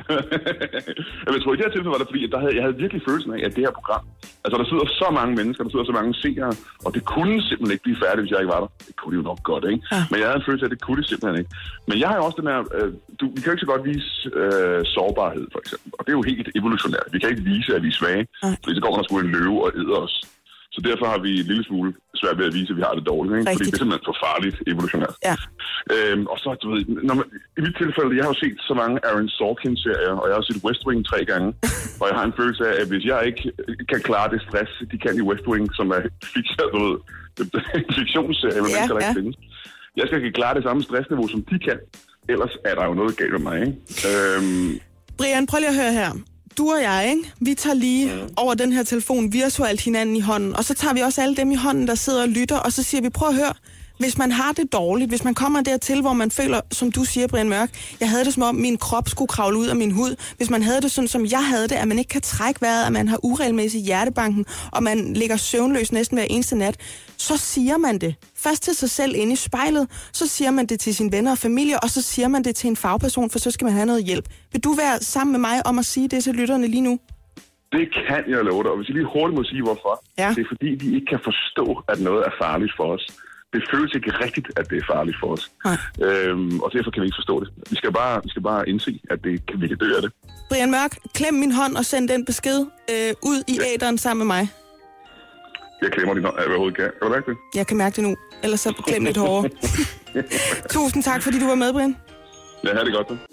Jeg tror, i det her tilfælde var det, fordi der havde, jeg havde virkelig følelsen af, at det her program, altså der sidder så mange mennesker, der sidder så mange seere, og det kunne simpelthen ikke blive færdigt, hvis jeg ikke var der. Det kunne det jo nok godt, ikke? Ja. Men jeg havde en følelse af, at det kunne det simpelthen ikke. Men jeg har jo også den her, øh, du, vi kan jo ikke så godt vise øh, sårbarhed, for eksempel. Og det er jo helt evolutionært. Vi kan ikke vise, at vi er svage, ja. Fordi så går der sgu en løve og æder os. Så derfor har vi en lille smule svært ved at vise, at vi har det dårligt, ikke? Fordi det er simpelthen for farligt evolutionært. Ja. Øhm, og så, du ved, når man, i mit tilfælde, jeg har jo set så mange Aaron Sorkin-serier, og jeg har set West Wing tre gange, og jeg har en følelse af, at hvis jeg ikke kan klare det stress, de kan i West Wing, som er fiktion, du ved, en fiktionsserie, med ja, mennesker, der ja. ikke findes. Jeg skal ikke klare det samme stressniveau, som de kan, ellers er der jo noget galt med mig, ikke? Øhm, Brian, prøv lige at høre her. Du og jeg, ikke? Vi tager lige mm. over den her telefon virtuelt hinanden i hånden, og så tager vi også alle dem i hånden, der sidder og lytter, og så siger vi, prøv at høre, Hvis man har det dårligt, hvis man kommer dertil, hvor man føler, som du siger, Brian Mørk, jeg havde det som om, min krop skulle kravle ud af min hud. Hvis man havde det sådan, som jeg havde det, at man ikke kan trække vejret, at man har uregelmæssig hjertebanken, og man ligger søvnløs næsten hver eneste nat, så siger man det. Først til sig selv inde i spejlet, så siger man det til sine venner og familie, og så siger man det til en fagperson, for så skal man have noget hjælp. Vil du være sammen med mig om at sige det til lytterne lige nu? Det kan jeg love dig, og hvis jeg lige hurtigt må sige, hvorfor. Ja. Det er fordi, vi ikke kan forstå, at noget er farligt for os. Det føles ikke rigtigt, at det er farligt for os. Øhm, og derfor kan vi ikke forstå det. Vi skal bare, vi skal bare indse, at det, vi kan dø af det. Brian Mørk, klem min hånd og send den besked øh, ud i ja. æteren sammen med mig. Jeg klemmer din hånd, jeg overhovedet kan. Kan du mærke det? Jeg kan mærke det nu. Ellers så klem lidt hårdere. Tusind tak, fordi du var med, Brian. Ja, ha' det godt. Du.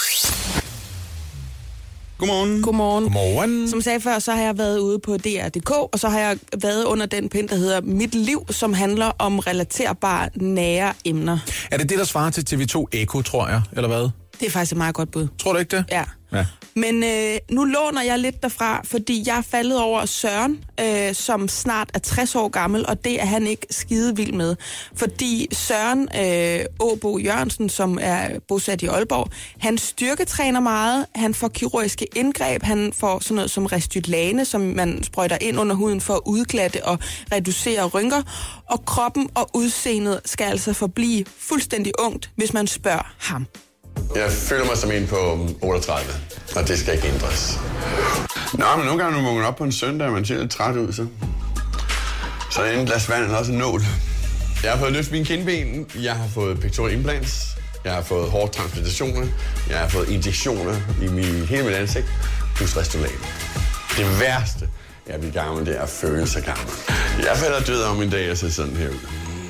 Godmorgen. Godmorgen. Godmorgen. Som jeg sagde før, så har jeg været ude på D R punktum d k, og så har jeg været under den pind, der hedder Mit Liv, som handler om relaterbare, nære emner. Er det det, der svarer til T V to Eko, tror jeg, eller hvad? Det er faktisk et meget godt bud. Tror du ikke det? Ja. ja. Men øh, nu låner jeg lidt derfra, fordi jeg er faldet over Søren, øh, som snart er tres år gammel, og det er han ikke skide vild med. Fordi Søren øh, Åbo Jørgensen, som er bosat i Aalborg, han styrketræner meget, han får kirurgiske indgreb, han får sådan noget som Restylane, som man sprøjter ind under huden for at udglatte og reducere rynker, og kroppen og udseendet skal altså forblive fuldstændig ungt, hvis man spørger ham. Jeg føler mig som en på otteogtredive, og det skal ikke ændres. Nå, men nogle gange, når man vågner op på en søndag, og man ser lidt træt ud, så, så er en glas vand også en nål. Jeg har fået løft mine kindben, jeg har fået pectoral implants, jeg har fået hårtransplantationer, jeg har fået injektioner i min, hele mit ansigt, plus Restylane. Det værste, jeg bliver gammel, det er at føle sig gammel. Jeg falder død om en dag, og ser sådan her ud.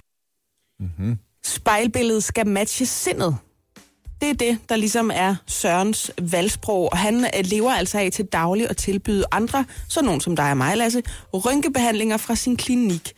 Mm-hmm. Spejlbilledet skal matche sindet. Det er det, der ligesom er Sørens valgsprog, og han lever altså af til daglig at tilbyde andre, så nogen som dig og mig, Lasse, rynkebehandlinger fra sin klinik.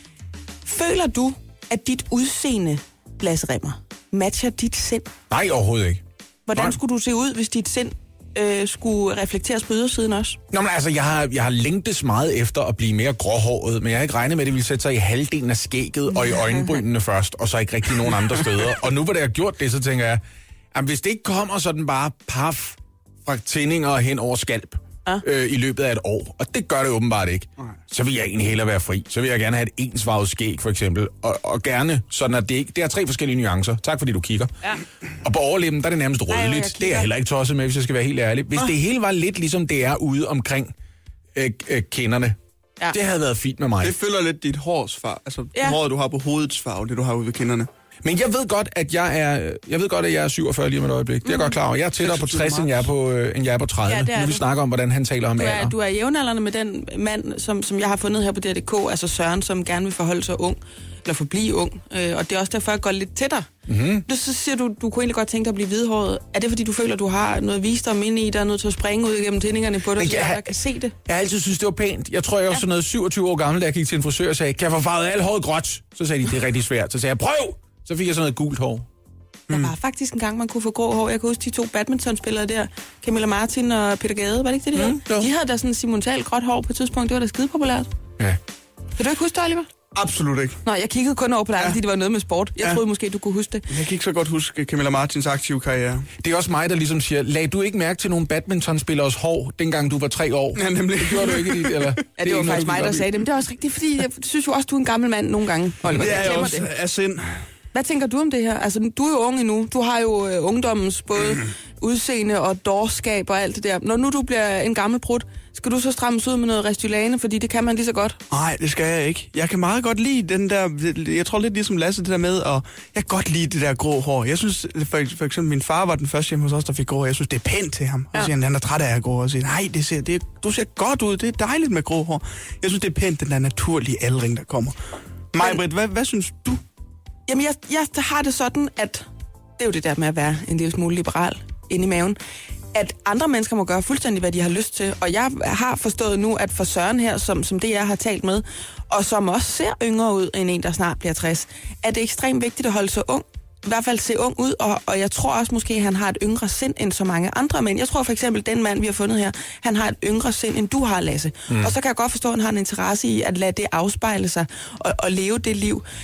Føler du, at dit udseende, Lasse Rimmer, matcher dit sind? Nej, overhovedet ikke. Hvordan Nej. skulle du se ud, hvis dit sind øh, skulle reflekteres på ydersiden også? Nå, men altså, jeg har, jeg har længtes meget efter at blive mere gråhåret, men jeg har ikke regnet med, at det ville sætte sig i halvdelen af skægget og i øjenbrynene først, og så ikke rigtig nogen andre steder. Og nu hvor det har gjort det, så tænker jeg, at hvis det ikke kommer sådan bare paf fra tændinger hen over skalp ja. øh, i løbet af et år, og det gør det åbenbart ikke, okay. så vil jeg egentlig hellere være fri. Så vil jeg gerne have et ensfarvet skæg, for eksempel, og, og gerne sådan, at det ikke... Det er tre forskellige nuancer. Tak, fordi du kigger. Ja. Og på overlæben, der er det nærmest rødligt. Det er jeg heller ikke tosset med, hvis jeg skal være helt ærlig. Hvis oh. det hele var lidt ligesom det er ude omkring øh, øh, kinderne, ja. det havde været fint med mig. Det følger lidt dit hårs farve, altså ja. håret, du har på hovedets farve, det du har ude ved kinderne. Men jeg ved godt, at jeg er, jeg ved godt, at jeg er syvogfyrre lige om et øjeblik. Det er jeg godt klar over. Jeg er tættere på tres, end jeg er på, øh, end jeg er på tredive. Ja, nu vi snakker om, hvordan han taler om du er, alder. Du er jævnaldrende med den mand, som, som jeg har fundet her på D R punktum d k, altså Søren, som gerne vil forholde sig ung, eller forblive ung. Øh, og det er også derfor, jeg går lidt til dig. Mm-hmm. Så siger du, du kunne egentlig godt tænke dig at blive hvidhåret. Er det, fordi du føler, du har noget visdom inde i, der er nødt til at springe ud igennem tændingerne på dig, så jeg, jeg kan se det? Jeg har altid synes det var pænt. Jeg tror, jeg var ja. sådan noget syvogtyve år gammel, da jeg gik til en frisør og sagde, kan jeg få farvet alt håret gråt? Så sagde de, det er rigtig svært. Så sagde jeg, prøv! Så fik jeg sådan noget gult hår. Der var faktisk en gang, man kunne få grå hår. Jeg kan huske de to badmintonspillere der, Camilla Martin og Peter Gade, var det ikke det, de mm, havde? De havde da sådan simultalt gråt hår på et tidspunkt. Det var da skide populært. Ja. Kan du ikke huske det, Oliver? Absolut ikke. Nå, jeg kiggede kun over på dig, ja. fordi det var noget med sport. Jeg ja. troede måske, du kunne huske det. Jeg kan ikke så godt huske Camilla Martins aktive karriere. Det er også mig, der ligesom siger, lagde du ikke mærke til nogle badmintonspilleres hår, dengang du var tre år? Ja, nemlig. Det gjorde du ikke, eller? Ja, det, det var faktisk mig, der sagde det. Men det er også rigtigt, fordi jeg synes jo også, du er en gammel mand nogle gange, Oliver. Det er jeg også af sind. Hvad tænker du om det her? Altså, du er jo ung endnu. Du har jo øh, ungdommens både udseende og dårskab og alt det der. Når nu du bliver en gammel brud, skal du så strammes ud med noget Restylane, fordi det kan man lige så godt? Nej, det skal jeg ikke. Jeg kan meget godt lide den der, jeg tror lidt ligesom Lasse, det der med, og jeg kan godt lide det der grå hår. Jeg synes, for, for eksempel, min far var den første hjemme hos os, der fik grå. Jeg synes, det er pænt til ham. Og så siger han, han er træt af at grå, og siger, nej, det ser, det, du ser godt ud, det er dejligt med grå hår. Jeg synes, det er pænt, den der naturlige aldring, der kommer. Maj-Britt, hvad, hvad synes du? Jamen, jeg, jeg har det sådan, at det er jo det der med at være en lille smule liberal inde i maven, at andre mennesker må gøre fuldstændig, hvad de har lyst til. Og jeg har forstået nu, at for Søren her, som, som det jeg har talt med, og som også ser yngre ud end en, der snart bliver tres, er det ekstremt vigtigt at holde sig ung. I hvert fald se ung ud, og, og jeg tror også måske, at han har et yngre sind end så mange andre mænd. Jeg tror for eksempel, den mand, vi har fundet her, han har et yngre sind, end du har, Lasse. Mm. Og så kan jeg godt forstå, at han har en interesse i at lade det afspejle sig og, og leve det liv.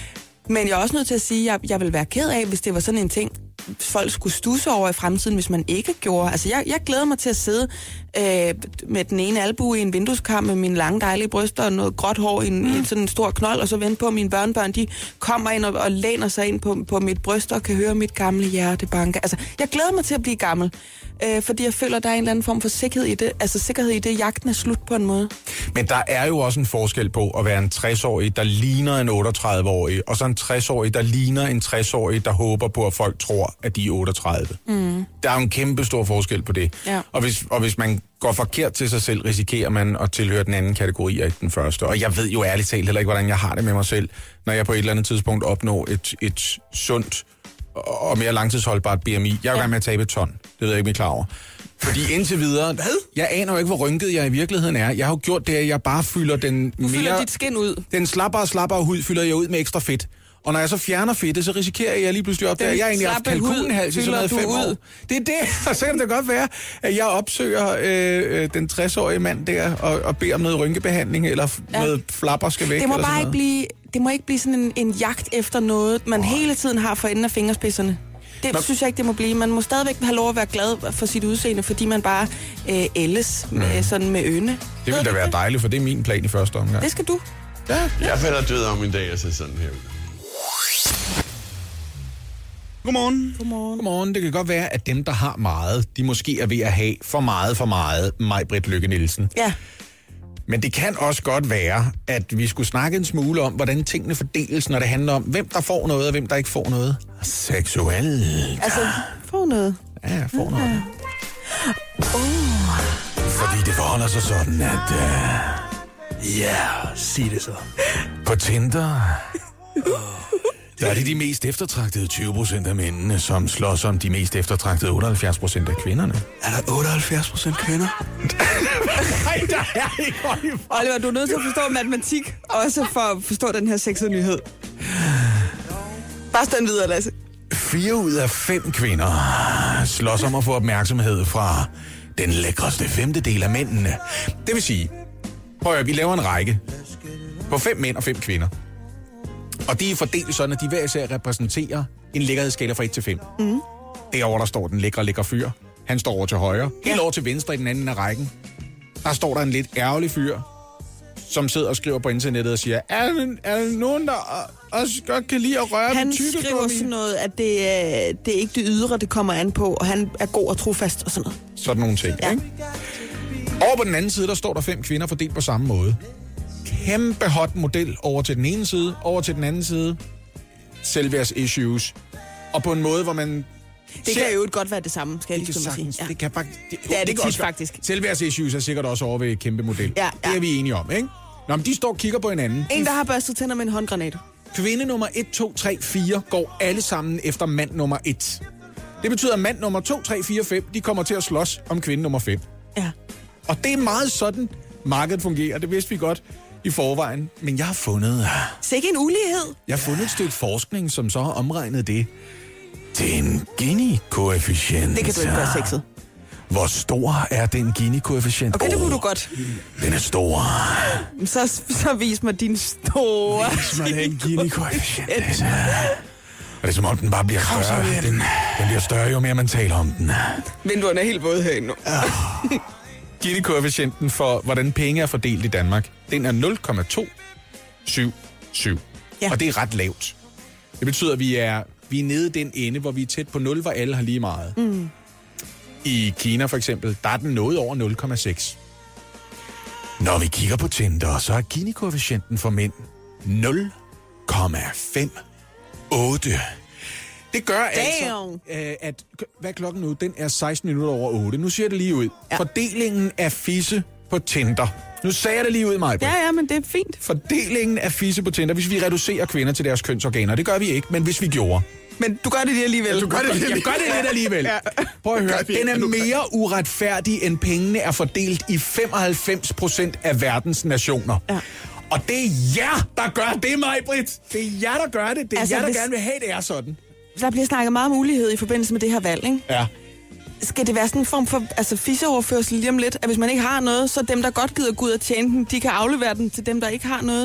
Men jeg er også nødt til at sige, at jeg, jeg vil være ked af, hvis det var sådan en ting, folk skulle stusse over i fremtiden, hvis man ikke gjorde. Altså, jeg, jeg glæder mig til at sidde øh, med den ene albue i en vindueskarm med mine lange, dejlige bryster og noget gråt hår i, en, mm. i sådan en stor knold, og så vente på, at mine børnebørn, de kommer ind og, og læner sig ind på, på mit bryst og kan høre mit gamle hjerte banke. Altså, jeg glæder mig til at blive gammel, øh, fordi jeg føler, der er en eller anden form for sikkerhed i det. Altså, sikkerhed i det, jagten er slut på en måde. Men der er jo også en forskel på at være en tres-årig, der ligner en otteogtredive-årig, og så en tres-årig, der ligner en tres-årig, der håber på, at folk tror, at de er otteogtredive. Mm. Der er jo en kæmpe stor forskel på det. Ja. Og, hvis, og hvis man går forkert til sig selv, risikerer man at tilhøre den anden kategori og ikke den første. Og jeg ved jo ærligt talt heller ikke, hvordan jeg har det med mig selv, når jeg på et eller andet tidspunkt opnår et, et sundt og mere langtidsholdbart B M I. Jeg er jo ja. gang med at tabe et ton. Det ved jeg ikke, om I er klar over. Fordi indtil videre... Hvad? Jeg aner jo ikke, hvor rynket jeg i virkeligheden er. Jeg har jo gjort det, at jeg bare fylder den du mere... Du fylder dit skin ud. Den slappere og slappere hud fylder jeg ud med ekstra fedt. Og når jeg så fjerner fedtet, så risikerer jeg, at jeg lige pludselig opdager, at jeg egentlig har haft kalkunhals i sådan noget fem år. Det er det, og så kan det godt være, at jeg opsøger øh, den tres-årige mand der og, og beder om noget rynkebehandling, eller ja. noget flapper skal væk. Det må eller bare ikke blive, det må ikke blive sådan en, en jagt efter noget, man oh. hele tiden har for enden af fingerspidserne. Det Nå. synes jeg ikke, det må blive. Man må stadigvæk have lov at være glad for sit udseende, fordi man bare øh, ældes mm. med, sådan med øjne. Det vil da være dejligt, for det er min plan i første omgang. Det skal du. Ja. Jeg falder død om en dag, og så sådan her ud. Godmorgen. Godmorgen. Godmorgen. Det kan godt være, at dem, der har meget, de måske er ved at have for meget for meget Maj-Britt Lykke Nielsen. Ja. Men det kan også godt være, at vi skulle snakke en smule om, hvordan tingene fordeles, når det handler om, hvem der får noget, og hvem der ikke får noget. Seksuelt. Altså, får noget. Ja, får noget. Oh. Fordi det forholder sig sådan, at... Uh... Ja, yeah, sig det så. På Tinder... Der er det de mest eftertragtede tyve procent af mændene, som slås om de mest eftertragtede otteoghalvfjerds procent af kvinderne. Er der otteoghalvfjerds procent kvinder? Nej, der er ikke, Oliver. Oliver, du er nødt til at forstå matematik, også for at forstå den her sexede nyhed. Bare stå videre, Lasse. Fire ud af fem kvinder slås om at få opmærksomhed fra den lækreste femtedel af mændene. Det vil sige, prøv at vi laver en række på fem mænd og fem kvinder. Og de er fordelt sådan, at de hver især repræsenterer en lækkerhedsskala fra et til fem. Mm. Derovre der står den lækre, lækre fyr. Han står over til højre. Helt ja. over til venstre i den anden af rækken. Der står der en lidt ærgerlig fyr, som sidder og skriver på internettet og siger, er der, er der nogen, der også godt kan lide at røre han på tykke? Han skriver sådan noget, at det er, det er ikke det ydre, det kommer an på, og han er god og trofast og sådan noget. Sådan nogle ting, ja. Ikke? Over på den anden side, der står der fem kvinder fordelt på samme måde. Kæmpe hot model over til den ene side, over til den anden side. Selvværds issues. Og på en måde, hvor man... Det kan jo godt være det samme, skal jeg lige sige. Ja. Det kan faktisk... Det, det er det, det tit, også, faktisk. Selvværds issues er sikkert også over ved et kæmpe model. Ja, ja. Det er vi enige om, ikke? Nå, men de står og kigger på hinanden. En, der har børstet tænder med en håndgranat. Kvinde nummer et, to, tre, fire går alle sammen efter mand nummer et. Det betyder, at mand nummer to, tre, fire, fem, de kommer til at slås om kvinde nummer fem. Ja. Og det er meget sådan, markedet fungerer. Det vidste vi godt i forvejen. Men jeg har fundet... Sikke en ulighed. Jeg har fundet et stykke forskning, som så har omregnet det til en Gini-koefficient. Det kan du ikke gøre sexet. Hvor stor er den Gini-koefficient? Okay, det kunne du godt. Den er stor. Så, så vis mig din store... Vis mig den Gini-koefficient. Og det er som om, den bare bliver større. Den, den bliver større, jo mere man taler om den. Vinduerne er helt våde herinde nu. Gini-koefficienten for, hvordan penge er fordelt i Danmark, den er nul komma to syv syv. Ja. Og det er ret lavt. Det betyder, at vi er, vi er nede i den ende, hvor vi er tæt på nul, hvor alle har lige meget. Mm. I Kina for eksempel, der er den noget over nul komma seks. Når vi kigger på Tinder, så er Gini-koefficienten for mænd nul komma fem otte. Det gør Damn. altså, at... Hvad er klokken nu? Den er seksten minutter over otte. Nu siger jeg det lige ud. Ja. Fordelingen af fisse på Tinder. Nu sagde jeg det lige ud, Maja. Ja, ja, men det er fint. Fordelingen af fisse på Tinder, hvis vi reducerer kvinder til deres kønsorganer. Det gør vi ikke, men hvis vi gjorde. Men du gør det lige alligevel. Ja, du gør det, lige jeg gør det lidt alligevel. Ja. Prøv at høre. Den er mere uretfærdig, end pengene er fordelt i femoghalvfems procent af verdens nationer. Ja. Og det er jer, der gør det, Maj-Britt. Det er jer, der gør det. Det er altså, jer, der hvis... gerne vil have, det er sådan. Der bliver snakket meget om ulighed i forbindelse med det her valg, ikke? Ja. Skal det være sådan en form for altså, fisseoverførsel lige om lidt? At hvis man ikke har noget, så dem, der godt gider gå ud og tjene den, de kan aflevere den til dem, der ikke har noget?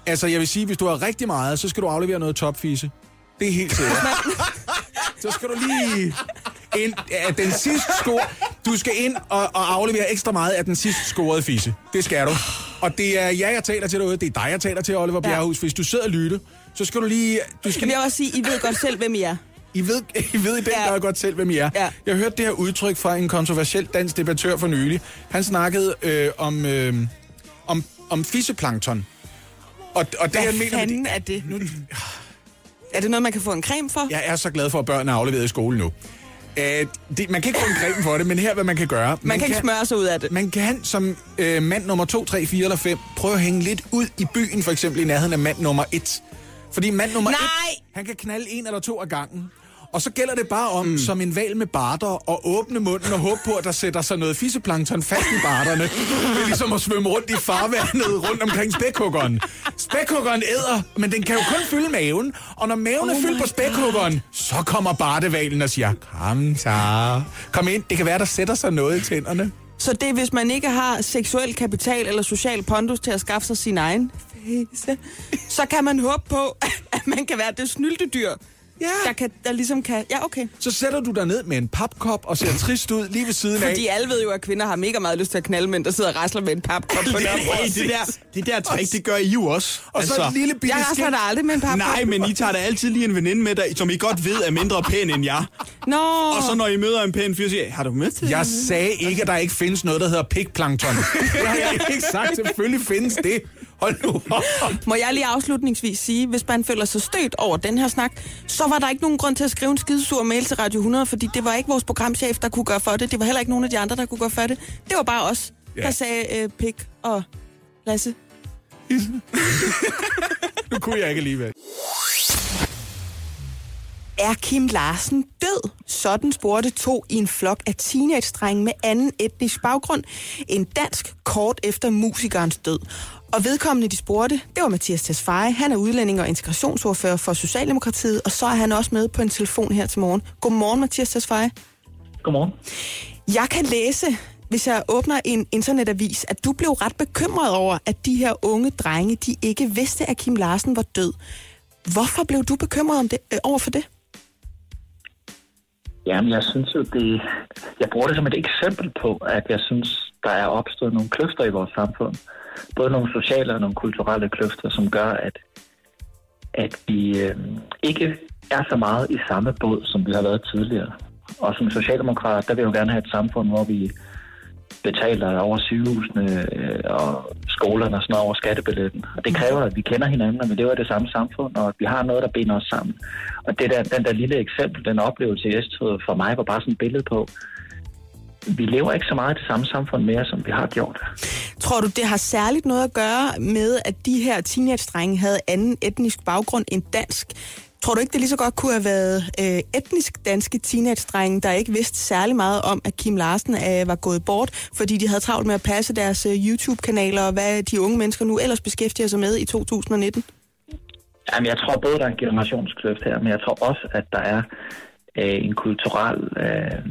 Altså, jeg vil sige, hvis du har rigtig meget, så skal du aflevere noget topfisse. Det er helt sikkert. Så skal du lige ind af den sidste score. Du skal ind og, og aflevere ekstra meget af den sidste scorede fisse. Det skal du. Og det er jer, jeg taler til derude. Det er dig, jeg taler til, Oliver Bjerrehuus. Hvis du sidder og lytter, så skal du lige... Du skal jeg vil også sige, I ved godt selv, hvem I er. I ved, I ved i den ja. grad godt selv, hvem I er. Ja. Jeg hørte det her udtryk fra en kontroversiel dansk debattør for nylig. Han snakkede øh, om, øh, om, om fisseplankton. Og, og det, Hvad jeg mener, fanden det, er det? Nu, er det noget, man kan få en creme for? Jeg er så glad for, at børnene er afleveret i skole nu. Uh, det, man kan ikke få en creme for det, men her hvad man kan gøre. Man, man kan ikke smøre sig ud af det. Man kan som øh, mand nummer to, tre, fire eller fem prøve at hænge lidt ud i byen, for eksempel i nærheden af mand nummer et. Fordi mand nummer Nej. et, han kan knalde en eller to af gangen. Og så gælder det bare om, mm. som en hval med barter, at åbne munden og håbe på, at der sætter sig noget fisseplankton fast i barterne. Det er ligesom at svømme rundt i farvandet rundt omkring spækhuggeren. Spækhuggeren æder, men den kan jo kun fylde maven. Og når maven oh er fyldt på spækhuggeren, så kommer bartehvalen og siger, kom så, kom ind, det kan være, der sætter sig noget i tænderne. Så det er, hvis man ikke har seksuel kapital eller social pondus til at skaffe sig sin egen fisse, så kan man håbe på, at man kan være det snyltedyr. Ja. Der, kan, der ligesom kan... Ja, okay. Så sætter du dig ned med en papkop og ser trist ud lige ved siden af. Fordi alle ved jo, at kvinder har mega meget lyst til at knalde mænd, der sidder og rasler med en papkop på der. Det der, det der trick, det gør I jo også. Og altså, så en lille bitte jeg rasler da aldrig med en papkop. Nej, men I tager da altid lige en veninde med dig, som I godt ved er mindre pæn end jeg. Nå. Og så når I møder en pæn fyr, siger jeg, har du med til Jeg sagde ikke, at der ikke findes noget, der hedder pikplankton. Det har jeg ikke sagt. Selvfølgelig findes det. Hold nu. Må jeg lige afslutningsvis sige, hvis man føler sig stødt over den her snak, så var der ikke nogen grund til at skrive en skidesur mail til Radio hundrede, fordi det var ikke vores programchef, der kunne gøre for det. Det var heller ikke nogen af de andre, der kunne gøre for det. Det var bare os, ja. der sagde øh, Pik og Lasse. Nu kunne jeg ikke alligevel. Er Kim Larsen død? Sådan spurgte to i en flok af teenage-drenge med anden etnisk baggrund en dansk kort efter musikernes død. Og vedkommende, de spurgte, det var Mathias Tesfaye. Han er udlænding og integrationsordfører for Socialdemokratiet, og så er han også med på en telefon her til morgen. Godmorgen, Mathias Tesfaye. Godmorgen. Jeg kan læse, hvis jeg åbner en internetavis, at du blev ret bekymret over, at de her unge drenge, de ikke vidste, at Kim Larsen var død. Hvorfor blev du bekymret om det, øh, over for det? Jamen, jeg synes jo, det... Jeg bruger det som et eksempel på, at jeg synes, der er opstået nogle kløfter i vores samfund. Både nogle sociale og nogle kulturelle kløfter, som gør, at, at vi øh, ikke er så meget i samme båd, som vi har været tidligere. Og som socialdemokrat, der vil jeg jo gerne have et samfund, hvor vi betaler over sygehusene øh, og skolerne og sådan noget over skattebilletten. Og det kræver, at vi kender hinanden, og vi lever i det samme samfund, og at vi har noget, der binder os sammen. Og det der, den der lille eksempel, den oplevelse i S-toget for mig, var bare sådan et billede på, vi lever ikke så meget i det samme samfund mere, som vi har gjort. Tror du, det har særligt noget at gøre med, at de her teenage-drenge havde anden etnisk baggrund end dansk? Tror du ikke, det lige så godt kunne have været øh, etnisk danske teenage-drenge, der ikke vidste særlig meget om, at Kim Larsen øh, var gået bort, fordi de havde travlt med at passe deres øh, YouTube-kanaler, og hvad de unge mennesker nu ellers beskæftiger sig med i to tusind nitten? Jamen, jeg tror både, der er en generationskløft her, men jeg tror også, at der er øh, en kulturel øh,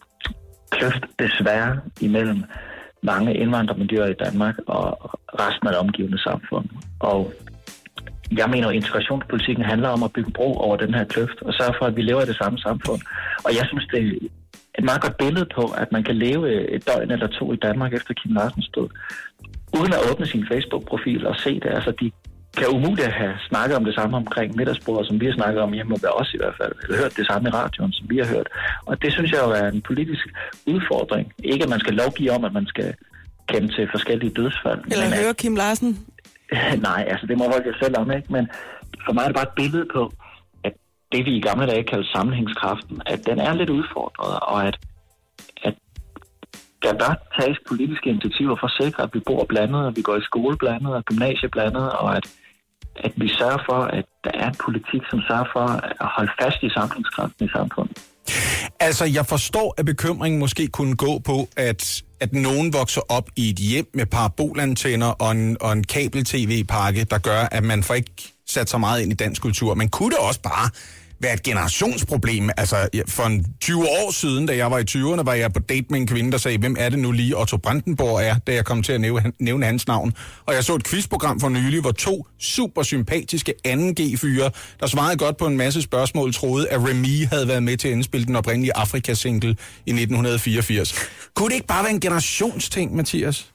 kløft, desværre, imellem mange indvandrermiljøer i Danmark og resten af det omgivende samfund. Og jeg mener, at integrationspolitikken handler om at bygge bro over den her kløft og sørge for, at vi lever i det samme samfund. Og jeg synes, det er et meget godt billede på, at man kan leve et døgn eller to i Danmark efter Kim Larsens død, uden at åbne sin Facebook-profil og se det. Altså, de kan umuligt have snakket om det samme omkring middagsbordet, som vi har snakket om hjemme ved os i hvert fald, eller hørt det samme i radioen, som vi har hørt. Og det synes jeg jo er en politisk udfordring. Ikke, at man skal lovgive om, at man skal kende til forskellige dødsfald. Eller høre Kim Larsen? Nej, altså det må folk jo selv om, ikke? Men for mig er det bare et billede på, at det vi i gamle dage kaldte sammenhængskraften, at den er lidt udfordret, og at, at der bør tages politiske initiativer for at sikre, at vi bor blandet, og vi går i skole blandet, og gymnasie blandet, og at, at vi sørger for, at der er en politik, som sørger for at holde fast i sammenhængskraften i samfundet. Altså, jeg forstår, at bekymringen måske kunne gå på, at, at nogen vokser op i et hjem med parabolantenner og en, og en kabel-tv-pakke, der gør, at man får ikke sat så meget ind i dansk kultur. Men kunne det også bare være et generationsproblem. Altså, for en tyve år siden, da jeg var i tyverne, var jeg på date med en kvinde, der sagde, hvem er det nu lige Otto Brandenborg er, da jeg kom til at nævne, nævne hans navn. Og jeg så et quizprogram for nylig, hvor to super sympatiske anden G-fyre, der svarede godt på en masse spørgsmål, troede, at Remy havde været med til at indspille den oprindelige Afrika-single i nitten fireogfirs. Kunne det ikke bare være en generationsting, Mathias?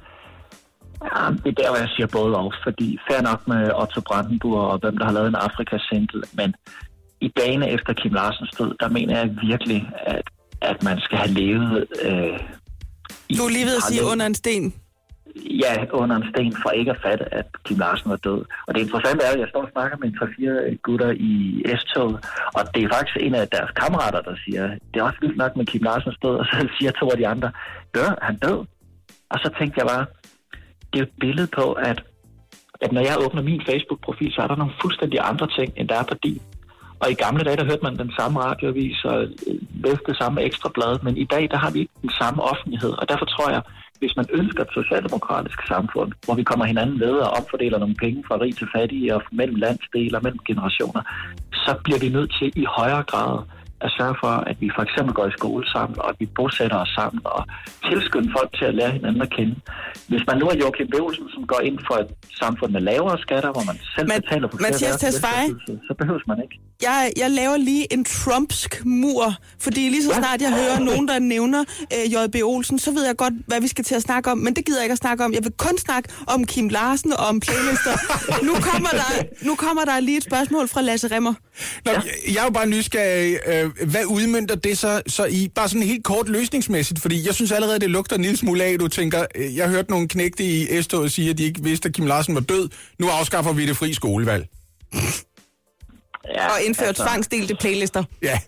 Ja, det er der, hvor jeg siger både og, fordi fair nok med Otto Brandenburg og hvem, der har lavet en Afrika-single, men i dagene efter Kim Larsens død, der mener jeg virkelig, at, at man skal have levet... Øh, du er lige ved at sige levet, under en sten? Ja, under en sten, for ikke at fatte, at Kim Larsen var død. Og det interessante er, at jeg står og snakker med en tre-fire gutter i S-toget, og det er faktisk en af deres kammerater, der siger, det er også vildt nok med Kim Larsens død, og så siger to af de andre, dør, han død? Og så tænkte jeg bare, det er et billede på, at, at når jeg åbner min Facebook-profil, så er der nogle fuldstændig andre ting, end der er på din. Og i gamle dage, der hørte man den samme radioavis og læste det samme ekstrablad, men i dag, der har vi ikke den samme offentlighed. Og derfor tror jeg, hvis man ønsker et socialdemokratisk samfund, hvor vi kommer hinanden ved og opfordeler nogle penge fra rig til fattige og mellem landsdele og mellem generationer, så bliver vi nødt til i højere grad at sørge for, at vi for eksempel går i skole sammen, og at vi bosætter os sammen og tilskynder folk til at lære hinanden at kende. Hvis man nu er Joachim B. Olsen, som går ind for et samfund med lavere skatter, hvor man selv Man, betaler for flere så behøves man ikke. Jeg, jeg laver lige en trumpsk mur, fordi lige så snart jeg hører nogen, der nævner øh, J B. Olsen, så ved jeg godt, hvad vi skal til at snakke om, men det gider jeg ikke at snakke om. Jeg vil kun snakke om Kim Larsen og om playlister. nu, kommer der, nu kommer der lige et spørgsmål fra Lasse Rimmer. Nå, ja. Jeg er jo bare nysgerrig. Øh, hvad udmønter det så, så i? Bare sådan helt kort løsningsmæssigt, fordi jeg synes allerede, det lugter en lille smule af, du tænker, øh, jeg hørte nogle knægte i S-toget sige, at de ikke vidste, at Kim Larsen var død. Nu afskaffer vi det fri skolevalg. Ja, og indført altså... tvangsdelte playlister. Ja.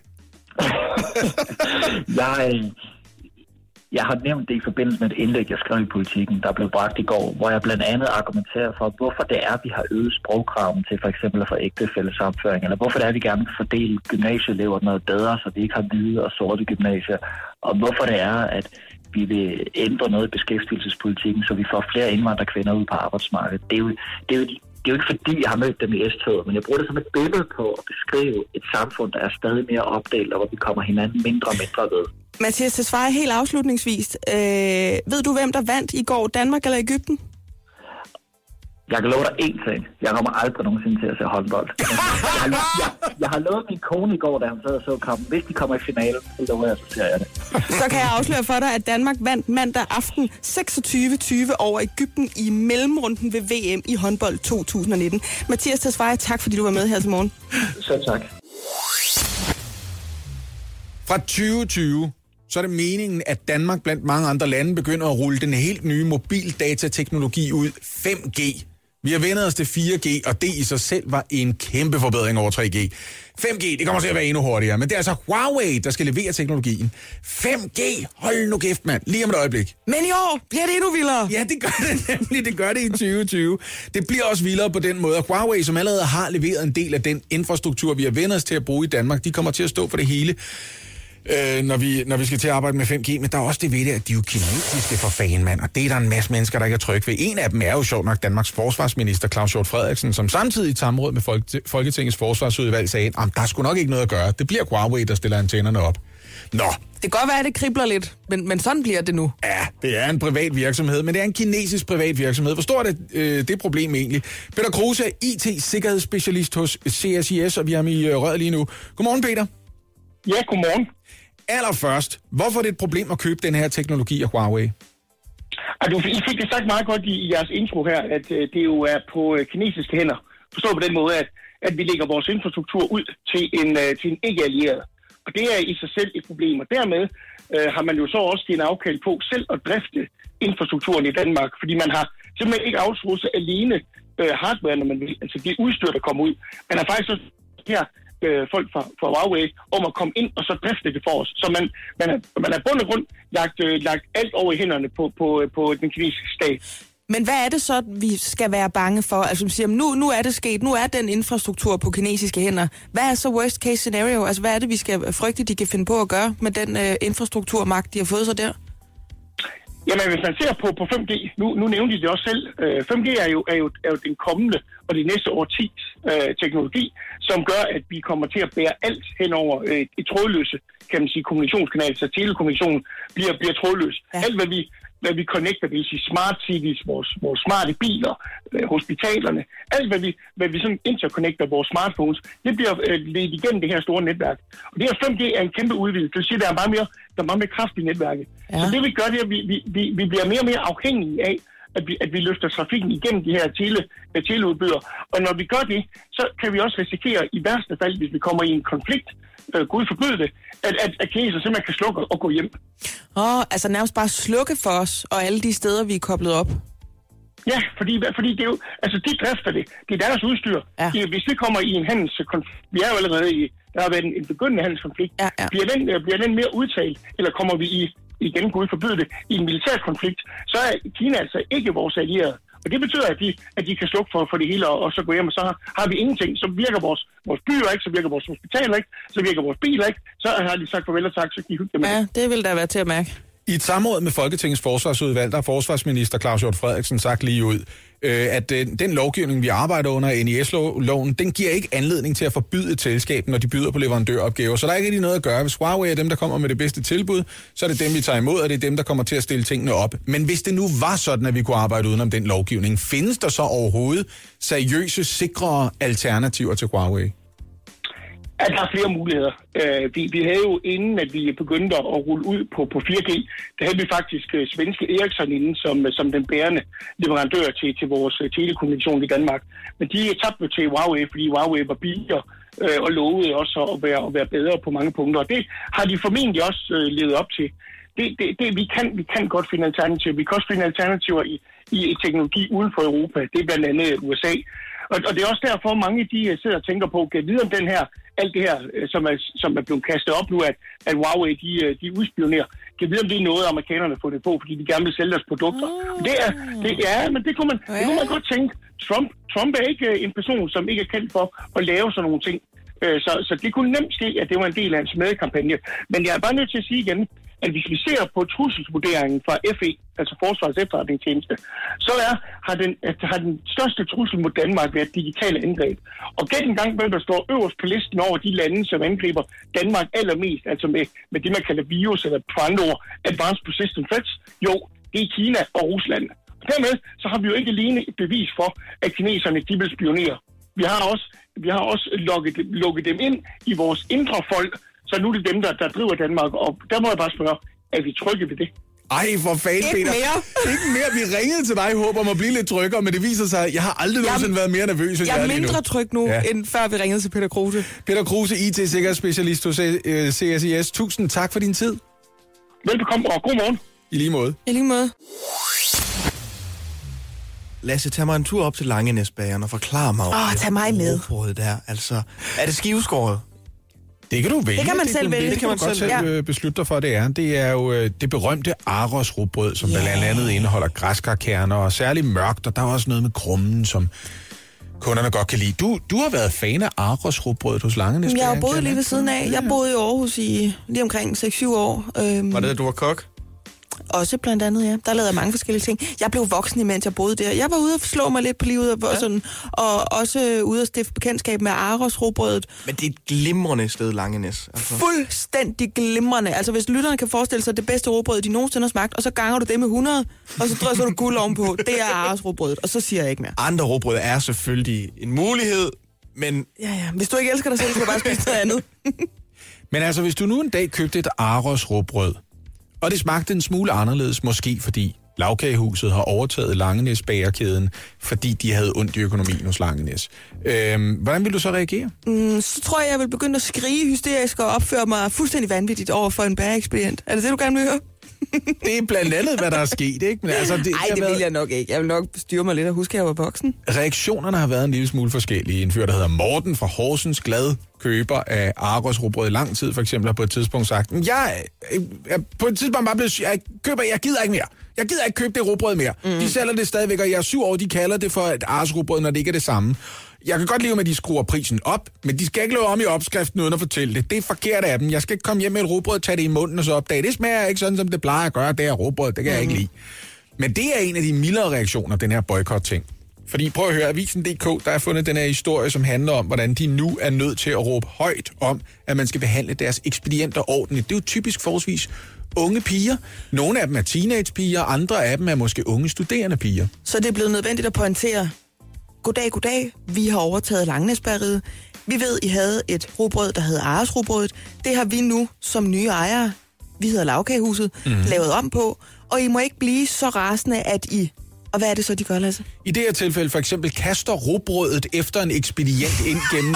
jeg, jeg har nævnt det i forbindelse med et indlæg, jeg skrev i Politikken, der blev bragt i går, hvor jeg blandt andet argumenterer for, hvorfor det er, vi har øget sprogkraven til for eksempel at få ægtefællesamføring, eller hvorfor det er, vi gerne vil fordele gymnasieelever noget bedre, så vi ikke har hvide og sorte gymnasier, og hvorfor det er, at vi vil ændre noget i beskæftigelsespolitikken, så vi får flere indvandrerkvinder ud på arbejdsmarkedet. Det er jo, det er jo Det er jo ikke fordi, jeg har mødt dem i S-toget, men jeg bruger det som et billede på at beskrive et samfund, der er stadig mere opdelt, og hvor vi kommer hinanden mindre og mindre ved. Mathias Tesfaye, helt afslutningsvis. Øh, ved du, hvem der vandt i går, Danmark eller Egypten? Jeg kan love dig én ting. Jeg kommer aldrig nogensinde til at se håndbold. Jeg har, jeg, jeg har lovet min kone i går, da hun sad og så kampen. Hvis de kommer i finalen, så lover jeg, så ser jeg det. Så kan jeg afsløre for dig, at Danmark vandt mandag aften seksogtyve tyve over Egypten i mellemrunden ved V M i håndbold to tusind nitten. Mathias Tesfaye, tak fordi du var med her til morgen. Så tak. Fra tyve tyve så er det meningen, at Danmark blandt mange andre lande begynder at rulle den helt nye mobildatateknologi ud, fem G. Vi har vendt os til fire G, og det i sig selv var en kæmpe forbedring over tre G. fem G, det kommer til at være endnu hurtigere, men det er altså Huawei, der skal levere teknologien. fem G, hold nu kæft, mand, lige om et øjeblik. Men i år bliver det endnu vildere. Ja, det gør det nemlig, det gør det i tyve tyve. Det bliver også vildere på den måde, at Huawei, som allerede har leveret en del af den infrastruktur, vi har vendt os til at bruge i Danmark, de kommer til at stå for det hele. Øh, når, vi, når vi skal til at arbejde med fem G, men der er også det ved det, at de er jo kinesiske for fanden, mand, og det er der en masse mennesker, der ikke er trygge ved. En af dem er jo sjovt nok Danmarks forsvarsminister, Claus Hjort Frederiksen, som samtidig i et samråd med Folke, Folketingets forsvarsudvalg sagde, at der er sgu nok ikke noget at gøre. Det bliver Huawei, der stiller antennerne op. Nå. Det kan godt være, at det kribler lidt, men, men sådan bliver det nu. Ja, det er en privat virksomhed, men det er en kinesisk privat virksomhed. Hvor stort er øh, det problem egentlig? Peter Kruse er I T-sikkerhedsspecialist hos C S I S, og vi har ham i øh, røret lige nu. Godmorgen, Peter. Ja, godmorgen. Allerførst, hvorfor er det et problem at købe den her teknologi af Huawei? Altså, I fik det sagt meget godt i, i jeres intro her, at uh, det jo er på uh, kinesiske hænder. Forstået på den måde, at, at vi lægger vores infrastruktur ud til en, uh, til en ikke-allieret. Og det er i sig selv et problem. Og dermed uh, har man jo så også givet en afkald på selv at drifte infrastrukturen i Danmark. Fordi man har simpelthen ikke outsourcet alene uh, hardware, når man vil. Altså det udstyr, der kommer ud. Man har faktisk også her folk fra, fra Huawei om at komme ind og så drifte det for os. Så man, man, er, man er bund og grund lagt, øh, lagt alt over i hænderne på, på, på den kinesiske stat. Men hvad er det så, vi skal være bange for? Altså, vi siger, nu, nu er det sket, nu er den infrastruktur på kinesiske hænder. Hvad er så worst case scenario? Altså, hvad er det, vi skal frygte, de kan finde på at gøre med den øh, infrastrukturmagt, de har fået så der? Jamen, hvis man ser på, på fem G, nu, nu nævnte I det også selv, øh, fem G er jo, er, jo, er jo den kommende og det næste årtis øh, teknologi, som gør, at vi kommer til at bære alt hen over øh, et trådløse, kan man sige, kommunikationskanal, så telekommunikationen bliver, bliver trådløs. Ja. Alt, hvad vi, hvad vi connecter, det vil sige smart cities, vores, vores smarte biler, øh, hospitalerne, alt, hvad vi, hvad vi sådan interconnecter vores smartphones, det bliver øh, ledt igennem det her store netværk. Og det her fem G er en kæmpe udvidelse. Det vil sige, at der er meget mere, der er meget mere kraft i netværket. Ja. Så det vi gør, det er, at vi, vi, vi, vi bliver mere og mere afhængige af, at vi, at vi løfter trafikken igennem de her tele, teleudbydere. Og når vi gør det, så kan vi også risikere i værste fald, hvis vi kommer i en konflikt, øh, Gud forbyde det, at, at, at kineser simpelthen kan slukke og gå hjem. Åh, oh, altså nærmest bare slukke for os og alle de steder, vi er koblet op. Ja, fordi, fordi det er jo, altså de drifter det. Det er deres udstyr. Ja. Hvis vi kommer i en handelskonflikt, vi er jo allerede i, der har været en, en begyndende handelskonflikt, ja, ja. Bliver, den, bliver den mere udtalt, eller kommer vi i, igen Gud forbyde det, i en militær konflikt, så er Kina altså ikke vores allierede. Og det betyder, at de, at de kan slukke for, for det hele, og, og så gå hjem, og så har, har vi ingenting. Så virker vores, vores byer ikke, så virker vores hospitaler ikke, så virker vores biler ikke, så har de sagt farvel og tak, så kan de hygge dem. Ja, det vil der være til at mærke. I et samråd med Folketingets forsvarsudvalg, der har forsvarsminister Claus Hjort Frederiksen sagt lige ud, øh, at øh, den lovgivning, vi arbejder under, N I S-loven, den giver ikke anledning til at forbyde et selskab, når de byder på leverandøropgaver. Så der er ikke rigtig noget at gøre. Hvis Huawei er dem, der kommer med det bedste tilbud, så er det dem, vi tager imod, og det er dem, der kommer til at stille tingene op. Men hvis det nu var sådan, at vi kunne arbejde udenom den lovgivning, findes der så overhovedet seriøse, sikrere alternativer til Huawei? At der er flere muligheder. Uh, vi, vi havde jo, inden at vi begyndte at rulle ud på, på fire G, der havde vi faktisk uh, svenske Ericsson inden som, som den bærende leverandør til, til vores uh, telekommunikation i Danmark. Men de tabte til Huawei, fordi Huawei var billigere uh, og lovede også at være, at være bedre på mange punkter. Og det har de formentlig også uh, levet op til. Det, det, det, vi, kan, vi kan godt finde alternativer. Vi kan også finde alternativer i, i teknologi uden for Europa. Det er blandt andet U S A. Og, og det er også derfor, mange de sidder og tænker på, kan vide om den her, alt det her, som er, som er blevet kastet op nu, at, at Huawei de, de udspionerer, kan vide om det er noget, amerikanerne får det på, fordi de gerne vil sælge deres produkter. Oh. Det er, det, ja, men det kunne, man, det kunne man godt tænke. Trump, Trump er ikke en person, som ikke er kendt for at lave sådan nogle ting. Så, så det kunne nemt ske, at det var en del af hans medkampagne. Men jeg er bare nødt til at sige igen, at hvis vi ser på trusselsvurderingen fra F E, altså Forsvarets Efterretningstjeneste, så er, har, den, har den største trussel mod Danmark været digitale angreb. Og gæt en gang, hvem der står øverst på listen over de lande, som angriber Danmark allermest, altså med, med det, man kalder virus, eller på andre ord, Advanced Persistent Threats, jo, det er Kina og Rusland. Og dermed så har vi jo ikke alene et bevis for, at kineserne de vil spionere. Vi har også, vi har også lukket, lukket dem ind i vores indre folk, så nu er det dem, der, der driver Danmark, og der må jeg bare spørge, er vi trygge ved det? Ej, for fanden, Peter. Ikke mere. Ikke mere. Vi ringede til dig i håb om at blive lidt tryggere, men det viser sig, at jeg har aldrig nogensinde været mere nervøs, end jeg er Jeg er mindre tryg nu, ja. end før vi ringede til Peter Kruse. Peter Kruse, I T-sikkerhedsspecialist hos C S I S. Tusind tak for din tid. Velbekomme, og god morgen. I lige måde. I lige måde. Lasse, tag mig en tur op til Langenæsbageren og forklar mig. Åh, oh, tag mig med. Der. Altså, er det skiveskåret? Det kan du vælge. Det kan man det selv vælge. Det, det kan man godt selv ja. beslutte dig for, det er. Det er jo det berømte Aros rugbrød, som yeah. blandt andet indeholder græskarkerner og særligt mørkt, og der er også noget med krummen, som kunderne godt kan lide. Du, du har været fan af Aros rugbrødet hos Langenæsbageren. Jeg har boet lige ved siden af. Jeg boede i Aarhus i lige omkring seks syv år. Øhm, var det, at du var kok? Også blandt andet, ja. Der lavede jeg mange forskellige ting. Jeg blev voksen, imens jeg boede der. Jeg var ude og slå mig lidt på livet, og, ja. sådan, og også ude at stifte bekendtskab med Aros rugbrødet. Men det er et glimrende sted, Langenæs. Altså. Fuldstændig glimrende. Altså, hvis lytterne kan forestille sig det bedste rugbrød, de nogensinde har smagt, og så ganger du det med hundrede, og så drøser du guld ovenpå. Det er Aros rugbrødet, og så siger jeg ikke mere. Andre rugbrød er selvfølgelig en mulighed, men... Ja, ja. Hvis du ikke elsker dig selv, så kan du bare spise noget andet. Men altså, hvis du nu en dag købte et Aros rugbrød, og det smagte en smule anderledes, måske fordi Lagkagehuset har overtaget Langenæs bagerkæden, fordi de havde ondt i økonomien hos Langenæs. Øhm, hvordan vil du så reagere? Mm, så tror jeg, jeg vil begynde at skrige hysterisk og opføre mig fuldstændig vanvittigt over for en bagerekspedient. Er det det, du gerne vil høre? Det er blandt andet, hvad der er sket, ikke? Men altså, det, Ej, det været... vil jeg nok ikke. Jeg vil nok styre mig lidt og huske, at jeg var voksen. Reaktionerne har været en lille smule forskellige. En fyr, der hedder Morten fra Horsens, glad køber af Aros rugbrød i lang tid, for eksempel, har på et tidspunkt sagt, jeg, jeg, jeg på et tidspunkt bare blevet, jeg køber, jeg gider ikke mere. Jeg gider ikke købe det rugbrød mere. Mm. De sælger det stadigvæk, og jeg er syv år, de kalder det for et Aros rugbrød, når det ikke er det samme. Jeg kan godt leve med, at de skruer prisen op, men de skal ikke lave om i opskriften uden at fortælle det. Det er forkert af dem. Jeg skal ikke komme hjem med et rugbrød, tage det i munden og så opdage. Det smager ikke sådan, som det plejer at gøre. Det er rugbrød, det kan jeg ikke lide. Men det er en af de mildere reaktioner, den her boykot-ting. Fordi prøv at høre, Avisen punktum d k, der er fundet den her historie, som handler om, hvordan de nu er nødt til at råbe højt om, at man skal behandle deres ekspedienter ordentligt. Det er jo typisk forholdsvis unge piger. Nogle af dem er teenagepiger, andre af dem er måske unge studerende piger. Så det er blevet nødvendigt at pointere, goddag, goddag, vi har overtaget Langenæsbæreriet. Vi ved, I havde et rugbrød, der hedder Ares rugbrødet. Det har vi nu som nye ejere, vi hedder Lagkagehuset, mm. lavet om på. Og I må ikke blive så rasende, at I... Og hvad er det så, de gør, Lasse? I det her tilfælde for eksempel kaster rugbrødet efter en ekspedient ind gennem,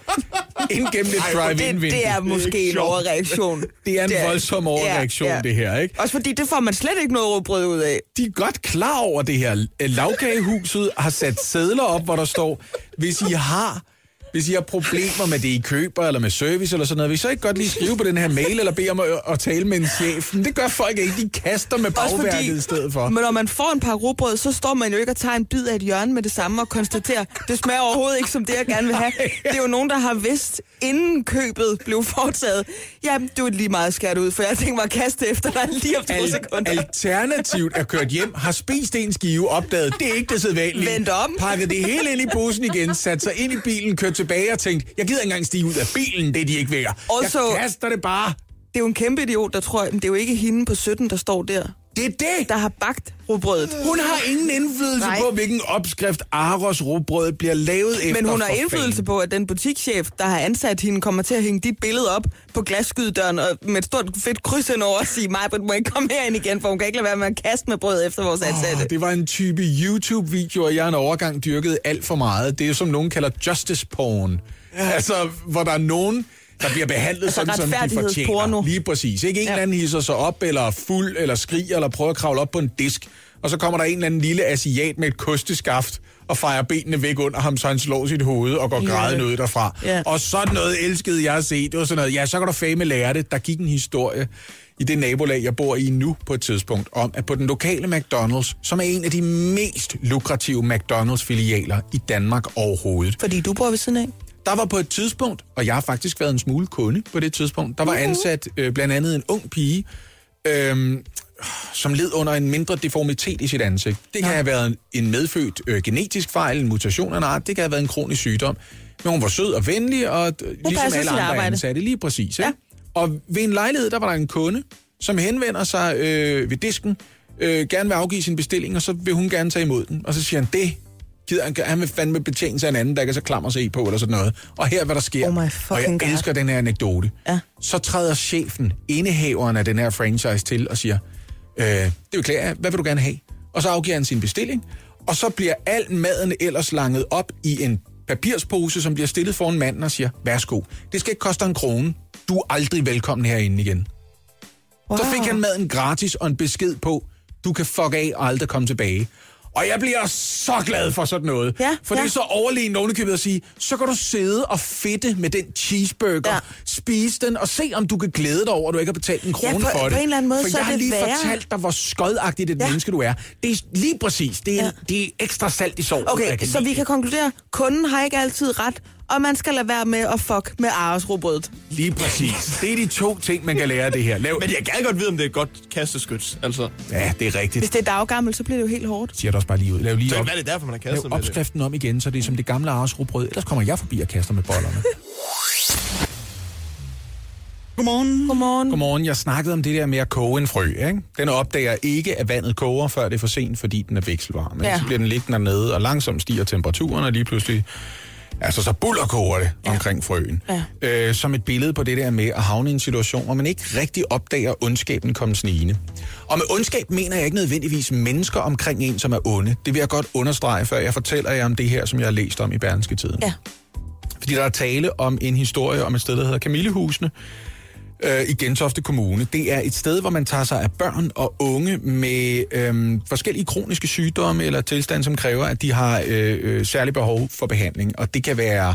ind gennem et drive-in-vindue. Det, det er måske en overreaktion. Det er en det er, voldsom overreaktion, ja, ja. det her, ikke? Også fordi det får man slet ikke noget rugbrød ud af. De er godt klar over det her. Lagkagehuset har sat sedler op, hvor der står, hvis I har... Hvis I har problemer med det, I køber, eller med service, eller sådan noget, vil I så ikke godt lige skrive på den her mail, eller bede om at, at tale med en chef? Men det gør folk ikke. De kaster med bagværket i stedet for. Men når man får en par rugbrød, så står man jo ikke og tager en bid af et hjørne med det samme og konstaterer, det smager overhovedet ikke som det, jeg gerne vil have. Det er jo nogen, der har vidst, inden købet blev foretaget. Jamen, du er lige meget skært ud, for jeg tænker mig at kaste efter dig lige om to Al- sekunder. Alternativt er kørt hjem, har spist en skive, opdaget, det er ikke det sædvanlige. Vent om. Pakket det hele ind i posen igen, sat sig ind i bilen, kørt tilbage og tænkt, jeg gider ikke engang stige ud af bilen, det er de ikke værd. Also, jeg kaster det bare. Det er jo en kæmpe idiot, der tror, det er jo ikke hende på sytten, der står der. Det er det. Der har bagt rugbrødet. Hun har ingen indflydelse Nej. på, hvilken opskrift Aros rugbrødet bliver lavet efter. Men hun har indflydelse fan. på, at den butikschef, der har ansat hende, kommer til at hænge dit billede op på glasskydedøren og med et stort fedt kryds indover og sige, Majbrit må ikke komme herind igen, for hun kan ikke lade være med at kaste med brød efter vores ansatte. Oh, det var en type YouTube-video, og jeg en overgang dyrkede alt for meget. Det er jo, som nogen kalder justice porn. Ja. Altså, hvor der er nogen... der bliver behandlet altså sådan, som de fortjener. Porno. Lige præcis. Ikke en ja. eller anden hisser sig op, eller fuld, eller skriger, eller prøver at kravle op på en disk. Og så kommer der en eller anden lille asiat med et kosteskaft, og fejrer benene væk under ham, så han slår sit hoved og går yeah. grædende ud derfra. Yeah. Og sådan noget elskede jeg at se. Det var sådan noget, ja, så kan du fame lære det. Der gik en historie i det nabolag, jeg bor i nu på et tidspunkt, om at på den lokale McDonald's, som er en af de mest lukrative McDonald's-filialer i Danmark overhovedet. Fordi du bor ved siden af? Der var på et tidspunkt, og jeg har faktisk været en smule kunde på det tidspunkt, der var ansat øh, blandt andet en ung pige, øh, som led under en mindre deformitet i sit ansigt. Det kan ja. have været en medfødt øh, genetisk fejl, en mutation af en art, det kan have været en kronisk sygdom. Men hun var sød og venlig, og øh, ligesom alle andre arbejde. ansatte, lige præcis. Ja. Og ved en lejlighed, der var der en kunde, som henvender sig øh, ved disken, øh, gerne vil afgive sin bestilling, og så vil hun gerne tage imod den. Og så siger han, det gider han, han vil fandme betjene sig en anden, der kan så klamre sig i på, eller sådan noget. Og her, hvad der sker, oh og jeg God. elsker den her anekdote, ja. så træder chefen, indehaveren af den her franchise til, og siger, øh, det beklager jeg, hvad vil du gerne have? Og så afgiver han sin bestilling, og så bliver al maden ellers langet op i en papirspose, som bliver stillet foran manden og siger, værsgo, det skal ikke koste en krone, du er aldrig velkommen herinde igen. Wow. Så fik han maden gratis og en besked på, du kan fuck af og aldrig komme tilbage. Og jeg bliver så glad for sådan noget. Ja, for ja. det er så overlegen ovenikøbet at sige, så kan du sidde og fedte med den cheeseburger, ja. spise den, og se, om du kan glæde dig over, at du ikke har betalt en krone ja, på, for det. På en eller anden måde, for så jeg har lige være... fortalt dig, hvor skodagtigt et ja. menneske du er. Det er lige præcis. Det er, ja. det er ekstra salt i sovsen. Okay, så vi kan konkludere, kunden har ikke altid ret, og man skal lade være med at fuck med Ares rugbrødet. Lige præcis. Det er de to ting, man kan lære af det her. Lav... Men jeg kan godt vide, om det er et godt kasteskyts. Altså. Ja, det er rigtigt. Hvis det er daggammelt, så bliver det jo helt hårdt. Siger det også bare lige ud. Lav lige så op... hvad er det derfor, man har kastet Lav opskriften om igen, så det er som det gamle Ares rugbrød. Ellers kommer jeg forbi og kaster med bollerne. Godmorgen. Godmorgen. Godmorgen. Jeg snakkede om det der med at koge en frø, ikke? Den opdager ikke, at vandet koger, før det er for sent, fordi den er vekselvarm. Ja. Så bliver den liggende dernede, og langsomt stiger temperaturen, og lige pludselig... Altså, så bullerkoger det ja. omkring frøen. Ja. Øh, som et billede på det der med at havne i en situation, hvor man ikke rigtig opdager ondskaben komme snigende. Og med ondskab mener jeg ikke nødvendigvis mennesker omkring en, som er onde. Det vil jeg godt understrege, før jeg fortæller jer om det her, som jeg har læst om i Berlingske Tidende. Ja. Fordi der er tale om en historie om et sted, der hedder Kamillehusene, øh, i Gentofte Kommune. Det er et sted, hvor man tager sig af børn og unge med øh, forskellige kroniske sygdomme eller tilstande, som kræver, at de har øh, øh, særlig behov for behandling. Og det kan være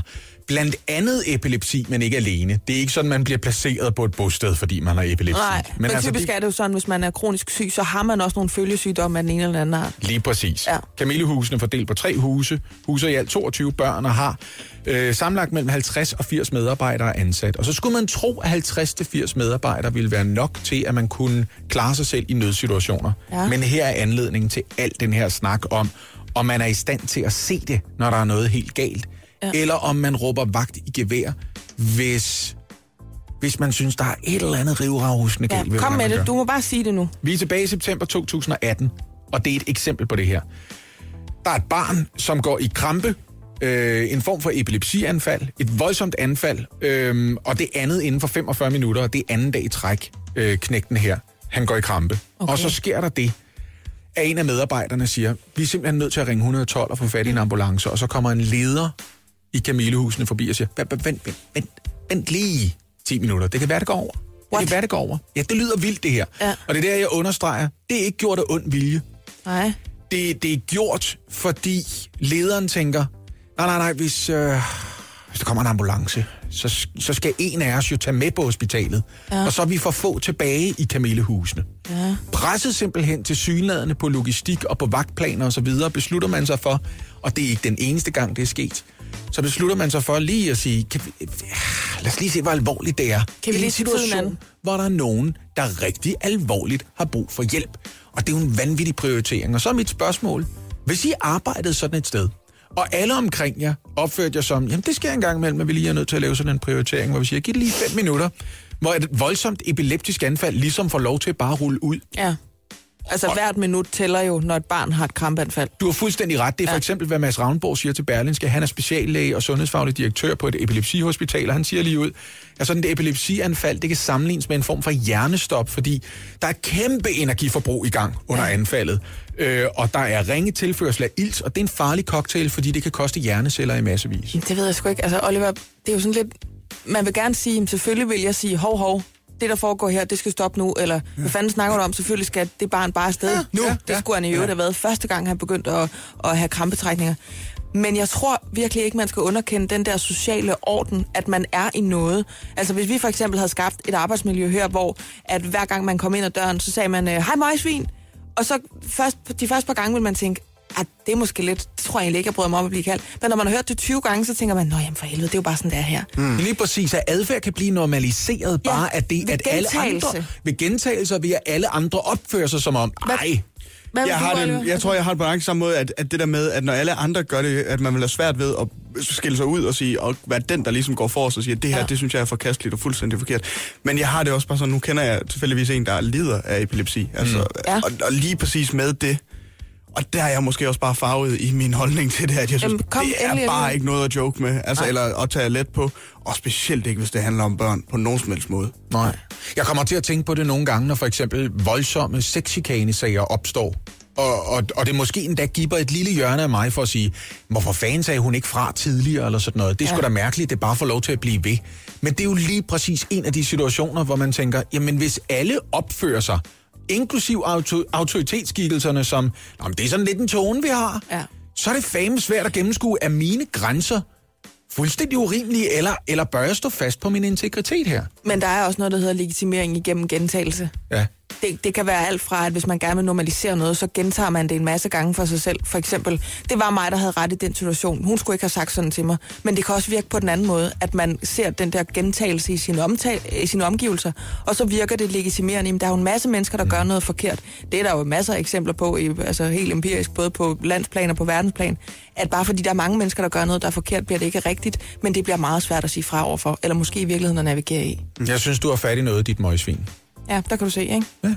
blandt andet epilepsi, men ikke alene. Det er ikke sådan, man bliver placeret på et bosted, fordi man har epilepsi. Nej, men, men altså, typisk de... er det jo sådan, hvis man er kronisk syg, så har man også nogle følgesygdomme af den ene eller den anden art. Lige præcis. Ja. Camillehusene er fordelt på tre huse. Huser i alt toogtyve børn og har øh, sammenlagt mellem halvtreds og firs medarbejdere ansat. Og så skulle man tro, at halvtreds til firs medarbejdere ville være nok til, at man kunne klare sig selv i nødsituationer. Ja. Men her er anledningen til alt den her snak om, om man er i stand til at se det, når der er noget helt galt. Ja. Eller om man råber vagt i gevær, hvis, hvis man synes, der er et eller andet rivragusende galt. Ja, kom med det. Du må bare sige det nu. Vi er tilbage i september to tusind og atten, og det er et eksempel på det her. Der er et barn, som går i krampe, øh, en form for epilepsianfald, et voldsomt anfald, øh, og det andet inden for femogfyrre minutter, og det er anden dag i træk, øh, knægten her. Han går i krampe. Okay. Og så sker der det, at en af medarbejderne siger, vi er simpelthen nødt til at ringe et hundrede og tolv og få fat i en ambulance, og så kommer en leder i Camillehusene forbi og siger, vent, vent, vent, vent lige ti minutter. Det kan være, det går over. What? Det kan være, det går over. Ja, det lyder vildt, det her. Ja. Og det er der, jeg understreger, det er ikke gjort af ond vilje. Nej. Det, det er gjort, fordi lederen tænker, nej, nej, nej, hvis, øh, hvis der kommer en ambulance, så, så skal en af os jo tage med på hospitalet. Ja. Og så er vi for få tilbage i Camillehusene. Ja. Presset simpelthen til synladende på logistik og på vagtplaner og så videre, beslutter man sig for, og det er ikke den eneste gang, det er sket, så beslutter man sig for lige at sige, kan vi, lad os lige se, hvor alvorligt det er. Kan vi lige se situation, hvor der er nogen, der rigtig alvorligt har brug for hjælp. Og det er jo en vanvittig prioritering. Og så er mit spørgsmål, hvis I arbejdede sådan et sted, og alle omkring jer opførte jer som, jamen det sker en gang imellem, at vi lige er nødt til at lave sådan en prioritering, hvor vi siger, giv det lige fem minutter, hvor et voldsomt epileptisk anfald ligesom får lov til bare at rulle ud. Ja. Altså og hvert minut tæller jo, når et barn har et krampeanfald. Du har fuldstændig ret. Det er for ja. eksempel, hvad Mads Ravnborg siger til Berlingske. Han er speciallæge og sundhedsfaglig direktør på et epilepsihospital, og han siger lige ud, at sådan et epilepsianfald, det kan sammenlignes med en form for hjernestop, fordi der er kæmpe energiforbrug i gang under ja. anfaldet. Øh, og der er ringe tilførsel af ilt, og det er en farlig cocktail, fordi det kan koste hjerneceller i massevis. Det ved jeg sgu ikke. Altså, Oliver, det er jo sådan lidt... Man vil gerne sige, selvfølgelig vil jeg sige, hov, hov, det der foregår her, det skal stoppe nu, eller ja. hvad fanden snakker du om? Selvfølgelig skal det barn bare afsted ja, nu. Ja, det skulle han i øvrigt ja. have været første gang, han begyndte at, at have krampetrækninger. Men jeg tror virkelig ikke, man skal underkende den der sociale orden, at man er i noget. Altså hvis vi for eksempel havde skabt et arbejdsmiljø her, hvor at hver gang man kom ind ad døren, så sagde man, hej møgsvin, og så først, de første par gange ville man tænke, at det er måske lidt, det tror jeg egentlig ikke, jeg bryder mig om at blive kaldt. Men når man har hørt det tyve gange, så tænker man, nå jamen for helvede, det er jo bare sådan, der her. Mm. Lige præcis, at adfærd kan blive normaliseret, ja, bare at det, at alle andre, ved gentagelser, ved at alle andre opfører sig som om, ej. Jeg, har det, jeg tror, jeg har det på en samme måde, at, at det der med, at når alle andre gør det, at man vil have svært ved at skille sig ud og sige, og være den, der ligesom går for os og siger, det her, ja. det synes jeg er forkasteligt og fuldstændig forkert. Men jeg har det også bare sådan, nu kender jeg tilfældigvis en, der lider af epilepsi. Altså, mm. ja. og, og lige præcis med det, og der er jeg måske også bare farvet i min holdning til det, at jeg synes, Jamen, det er bare ikke noget at joke med, altså, eller at tage let på, og specielt ikke, hvis det handler om børn på nogen som helst måde. Nej. Jeg kommer til at tænke på det nogle gange, når for eksempel voldsomme sexchikane-sager opstår, og, og, og det måske endda giver et lille hjørne af mig for at sige, hvorfor fanden sagde hun ikke fra tidligere, eller sådan noget. Det er ja. sgu da mærkeligt, det bare får lov til at blive ved. Men det er jo lige præcis en af de situationer, hvor man tænker, jamen hvis alle opfører sig, inklusiv auto- autoritetsskikkelserne, som, det er sådan lidt en tone, vi har, ja. så er det fandme svært at gennemskue, at mine grænser fuldstændig urimelige, eller, eller bør jeg stå fast på min integritet her? Men der er også noget, der hedder legitimering igennem gentagelse. Ja. Det, det kan være alt fra, at hvis man gerne vil normalisere noget, så gentager man det en masse gange for sig selv. For eksempel, det var mig, der havde ret i den situation. Hun skulle ikke have sagt sådan til mig. Men det kan også virke på den anden måde, at man ser den der gentagelse i sine, omtale, i sine omgivelser, og så virker det legitimerende. Jamen, der er jo en masse mennesker, der gør noget forkert. Det er der jo masser af eksempler på, i, altså helt empirisk, både på landsplan og på verdensplan, at bare fordi der er mange mennesker, der gør noget, der er forkert, bliver det ikke rigtigt, men det bliver meget svært at sige fra overfor, eller måske i virkeligheden at navigere i. Jeg synes, du har fat i noget, dit møgsvin. Ja, der kan du se, ikke? Ja.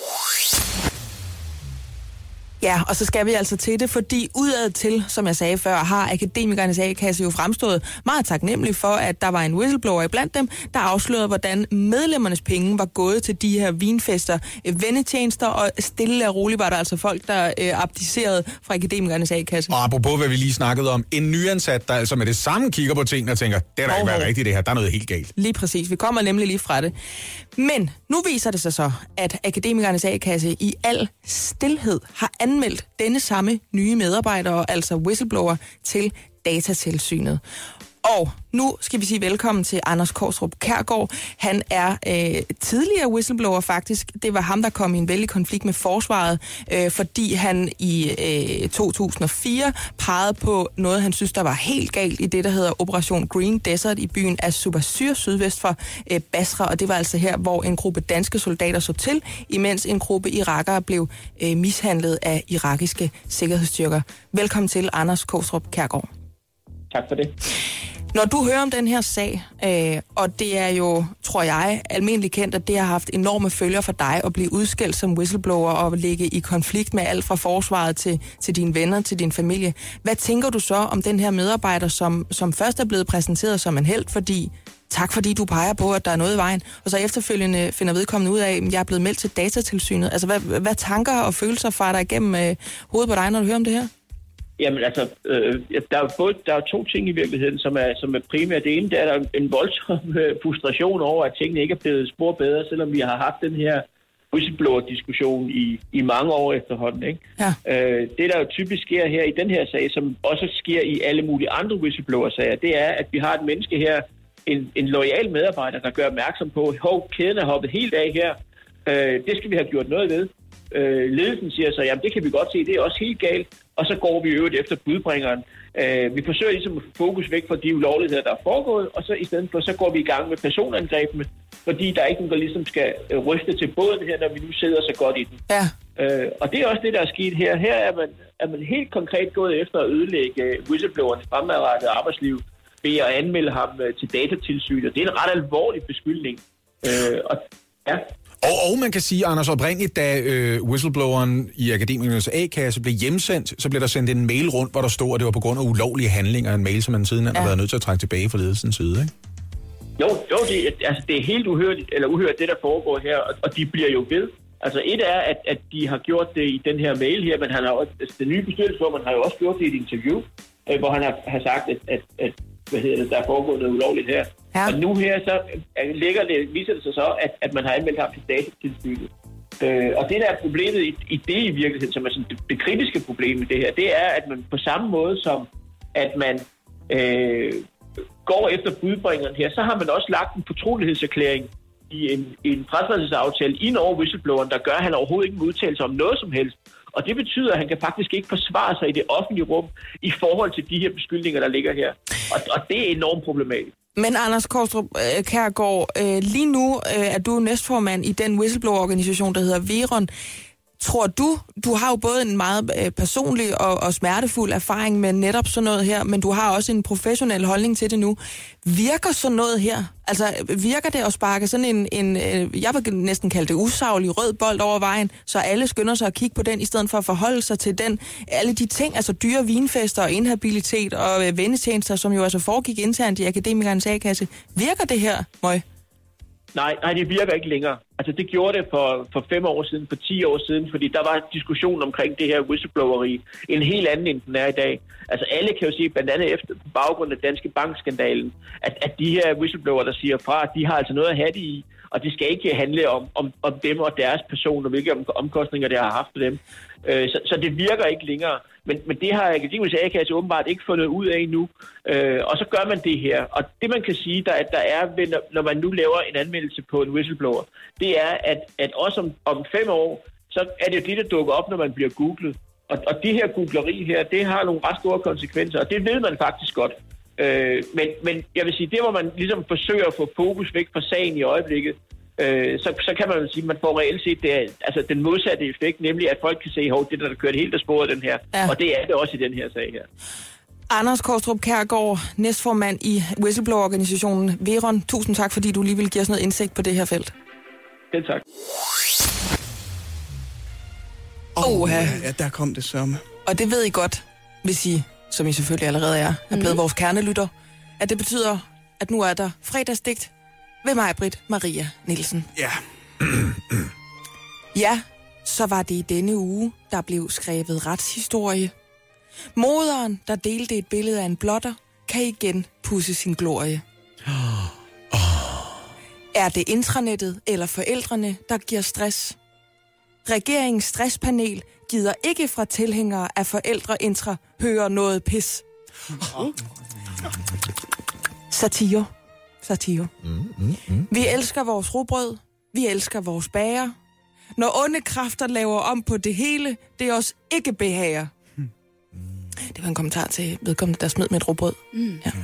Ja, og så skal vi altså til det, fordi udad til, som jeg sagde før, har Akademikernes A-kasse jo fremstået meget taknemmelig for, at der var en whistleblower iblandt dem, der afslørede, hvordan medlemmernes penge var gået til de her vinfester, vennetjenester, og stille og roligt var der altså folk, der øh, abdicerede fra Akademikernes A-kasse. Og apropos, hvad vi lige snakkede om, en nyansat, der altså med det samme kigger på tingene og tænker, det er da ikke været rigtigt det her, der er noget helt galt. Lige præcis, vi kommer nemlig lige fra det. Men nu viser det sig så, at Akademikernes A-kasse i al stilhed har anmeldt denne samme nye medarbejdere, altså whistleblower, til Datatilsynet. Og nu skal vi sige velkommen til Anders Kaastrup Kjærgaard. Han er øh, tidligere whistleblower faktisk. Det var ham, der kom i en vældig konflikt med forsvaret, øh, fordi han i øh, to tusind og fire pegede på noget, han synes, der var helt galt i det, der hedder Operation Green Desert i byen Az-Zubasyr sydvest for øh, Basra. Og det var altså her, hvor en gruppe danske soldater så til, imens en gruppe irakere blev øh, mishandlet af irakiske sikkerhedsstyrker. Velkommen til, Anders Kaastrup Kjærgaard. Tak for det. Når du hører om den her sag, øh, og det er jo, tror jeg, almindeligt kendt, at det har haft enorme følger for dig at blive udskældt som whistleblower og ligge i konflikt med alt fra forsvaret til, til dine venner, til din familie. Hvad tænker du så om den her medarbejder, som, som først er blevet præsenteret som en helt, fordi tak fordi du peger på, at der er noget i vejen, og så efterfølgende finder vedkommende ud af, at jeg er blevet meldt til Datatilsynet. Altså, hvad, hvad tanker og følelser farer dig igennem øh, hovedet på dig, når du hører om det her? Jamen altså, øh, der, er både, der er to ting i virkeligheden, som er, som er primært. Det ene, der er der en voldsom øh, frustration over, at tingene ikke er blevet spor bedre, selvom vi har haft den her whistleblower-diskussion i, i mange år efterhånden. Ikke? Ja. Øh, det, der jo typisk sker her i den her sag, som også sker i alle mulige andre whistleblower-sager, det er, at vi har et menneske her, en, en loyal medarbejder, der gør opmærksom på, hov, kæden er hoppet helt af her. Øh, det skal vi have gjort noget ved. Øh, ledelsen siger så, jamen det kan vi godt se, det er også helt galt. Og så går vi i øvrigt efter budbringeren. Øh, vi forsøger ligesom at få fokus væk fra de ulovligheder, der er foregået, og så i stedet for, så går vi i gang med personangrebene, fordi der er ikke nogen, der ligesom skal øh, ryste til båden her, når vi nu sidder så godt i den. Ja. Øh, og det er også det, der er sket her. Her er man, er man helt konkret gået efter at ødelægge whistleblowerens fremadrettede arbejdsliv ved at anmelde ham øh, til Datatilsynet. Det er en ret alvorlig beskyldning. Øh, og ja... Og, og man kan sige, Anders, oprindeligt, da øh, whistlebloweren i Akademikernes A-kasse blev hjemsendt, så blev der sendt en mail rundt, hvor der stod, at det var på grund af ulovlige handlinger. En mail, som man siden ja. har været nødt til at trække tilbage fra ledelsens side, ikke? Jo, jo det, altså, det er helt uhørt, eller uhørt, det der foregår her, og, og de bliver jo ved. Altså et er, at, at de har gjort det i den her mail her, men han har også, altså, den nye bestyrelsesformand har jo også gjort det i et interview, øh, hvor han har, har sagt, at, at, at hvad hedder det, der er foregået noget ulovligt her. Ja. Og nu her, så ligger det, viser det sig så, at, at man har anmeldt ham til Datatilsynet. Øh, og det, der er problemet i, i det i virkeligheden, som er sådan det, det kritiske problem i det her, det er, at man på samme måde som, at man øh, går efter budbringeren her, så har man også lagt en fortrolighedserklæring i en, i en fratrædelsesaftale ind over whistlebloweren, der gør, at han overhovedet ikke må udtale sig om noget som helst. Og det betyder, at han kan faktisk ikke forsvare sig i det offentlige rum i forhold til de her beskyldninger, der ligger her. Og, og det er enormt problematisk. Men Anders Kaastrup Kjærgaard, lige nu er du næstformand i den whistleblower-organisation, der hedder Veron. Tror du, du har jo både en meget personlig og, og smertefuld erfaring med netop sådan noget her, men du har også en professionel holdning til det nu. Virker sådan noget her? Altså, virker det at sparke sådan en, en jeg vil næsten kalde det usaglig rød bold over vejen, så alle skynder sig at kigge på den, i stedet for at forholde sig til den, alle de ting, altså dyre vinfester og inhabilitet og vennetjenester, som jo altså foregik internt i Akademikernes A-kasse. Virker det her, Møj? Nej, nej, det virker ikke længere. Altså, det gjorde det for, for fem år siden, for ti år siden, fordi der var diskussion omkring det her whistlebloweri en helt anden, end den er i dag. Altså, alle kan jo sige, blandt andet efter på baggrund af Danske Bank-skandalen, at, at de her whistleblower, der siger fra, de har altså noget at have det i, og det skal ikke handle om, om, om dem og deres person, og hvilke omkostninger det har haft for dem. Øh, så, så det virker ikke længere. Men, men det har Akademikernes A-kasse åbenbart ikke fundet ud af endnu. Øh, og så gør man det her. Og det man kan sige, der, at der er, ved, når man nu laver en anmeldelse på en whistleblower, det er, at, at også om, om fem år, så er det jo det, der dukker op, når man bliver googlet. Og, og det her googleri her, det har nogle ret store konsekvenser, og det ved man faktisk godt. Øh, men, men jeg vil sige, det hvor man ligesom forsøger at få fokus væk fra sagen i øjeblikket, øh, så, så kan man jo sige, at man får reelt set det, altså den modsatte effekt, nemlig at folk kan se, at det der, der kørt helt af sporet den her, ja. Og det er det også i den her sag her. Anders Kaastrup Kjærgaard, næstformand i whistleblower-organisationen Veron. Tusind tak, fordi du lige vil give os noget indsigt på det her felt. Selv tak. Åh, oh, ja, ja, der kom det sørme. Og det ved I godt, hvis I, som I selvfølgelig allerede er, er blevet mm. vores kernelytter, at det betyder, at nu er der fredagsdigt ved mig, Britt Maria Nielsen. Ja. Ja, så var det i denne uge, der blev skrevet retshistorie. Moderen, der delte et billede af en blotter, kan igen pudse sin glorie. Oh. Oh. Er det intranettet eller forældrene, der giver stress? Regeringens stresspanel gider ikke fra tilhængere af forældreintra høre noget pis. Oh. Satire. Satire. Mm, mm, mm. Vi elsker vores rugbrød. Vi elsker vores bager. Når onde kræfter laver om på det hele, det er os ikke behager. Mm. Det var en kommentar til vedkommende, der smed med et rugbrød. Mm. Ja.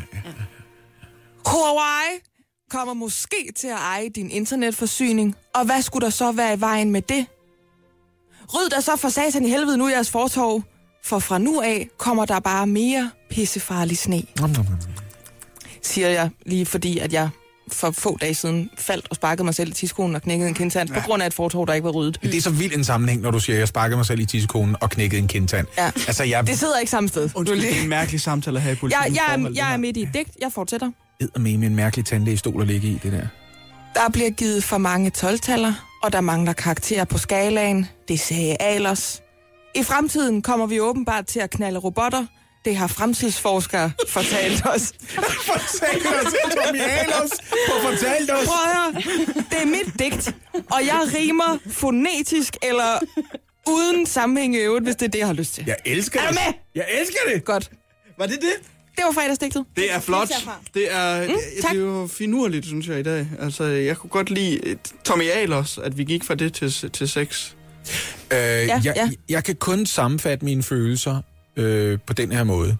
Huawei kommer måske til at eje din internetforsyning, og hvad skulle der så være i vejen med det? Ryd der så for satan i helvede nu i jeres fortov, for fra nu af kommer der bare mere pissefarlig sne. Mm. Siger jeg lige fordi, at jeg for få dage siden faldt og sparkede mig selv i tidskonen og knækkede en kindtand, ja. På grund af et fortov, der ikke var ryddet. Det er så vildt en sammenhæng, når du siger, at jeg sparkede mig selv i tidskonen og knækkede en kindtand. Ja. Altså, jeg... Det sidder ikke samme sted. Undskyld, det er en mærkelig samtale at have i politiet. Jeg, jeg, er, jeg er midt i et digt. Jeg fortsætter. Eddermame en mærkelig tante i stol at ligge i, det der. Der bliver givet for mange tolv-taller, og der mangler karakterer på skalaen. Det sagde Ahlers. I fremtiden kommer vi åbenbart til at knalde robotter. Det har fremtidsforskere fortalt os. Fortalt os, Tommy Ahlers på fortalt os. Prøv at høre. Det er mit digt, og jeg rimer fonetisk eller uden sammenhæng i øvrigt, hvis det er det, jeg har lyst til. Jeg elsker det. Er du med? Jeg elsker det. Godt. Var det det? Det var fredagsdigtet. Det er flot. Det er, mm, det er jo finurligt, synes jeg, i dag. Altså, jeg kunne godt lide Tommy Ahlers, at vi gik fra det til, til sex. Øh, ja, jeg, ja. jeg kan kun sammenfatte mine følelser øh, på den her måde.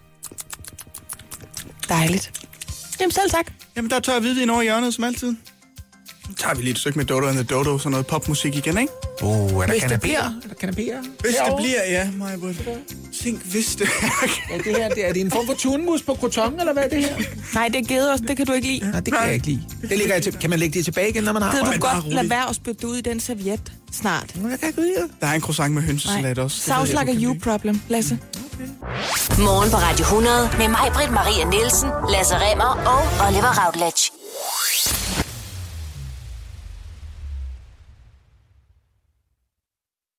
Dejligt. Jamen selv tak. Jamen, der tør jeg hvidvin over hjørnet, som altid. Nu tager vi lige et stykke med Dodo and the Dodo, sådan noget popmusik igen, ikke? Åh, oh, er der Hvis det bliver. Er der kanapéer? Hvis det bliver, ja, Majbrit. Tænk, hvis det er. Det her, det er det en form for tunmus på croton, eller hvad er det her? Nej, det er gedeost, det kan du ikke lide. Nej, det kan jeg ikke lide. Det ligger jeg til. Kan man lægge det tilbage igen, når man har? Kan du godt lade være at spytte ud i den serviet snart? Jeg kan ikke lide det. Der er en croissant med hønsesalat også. Sounds like a you problem, Lasse. Morgen på Radio hundrede med mig, Britt Maria Nielsen, Lasse Remmer og Oliver Routledge.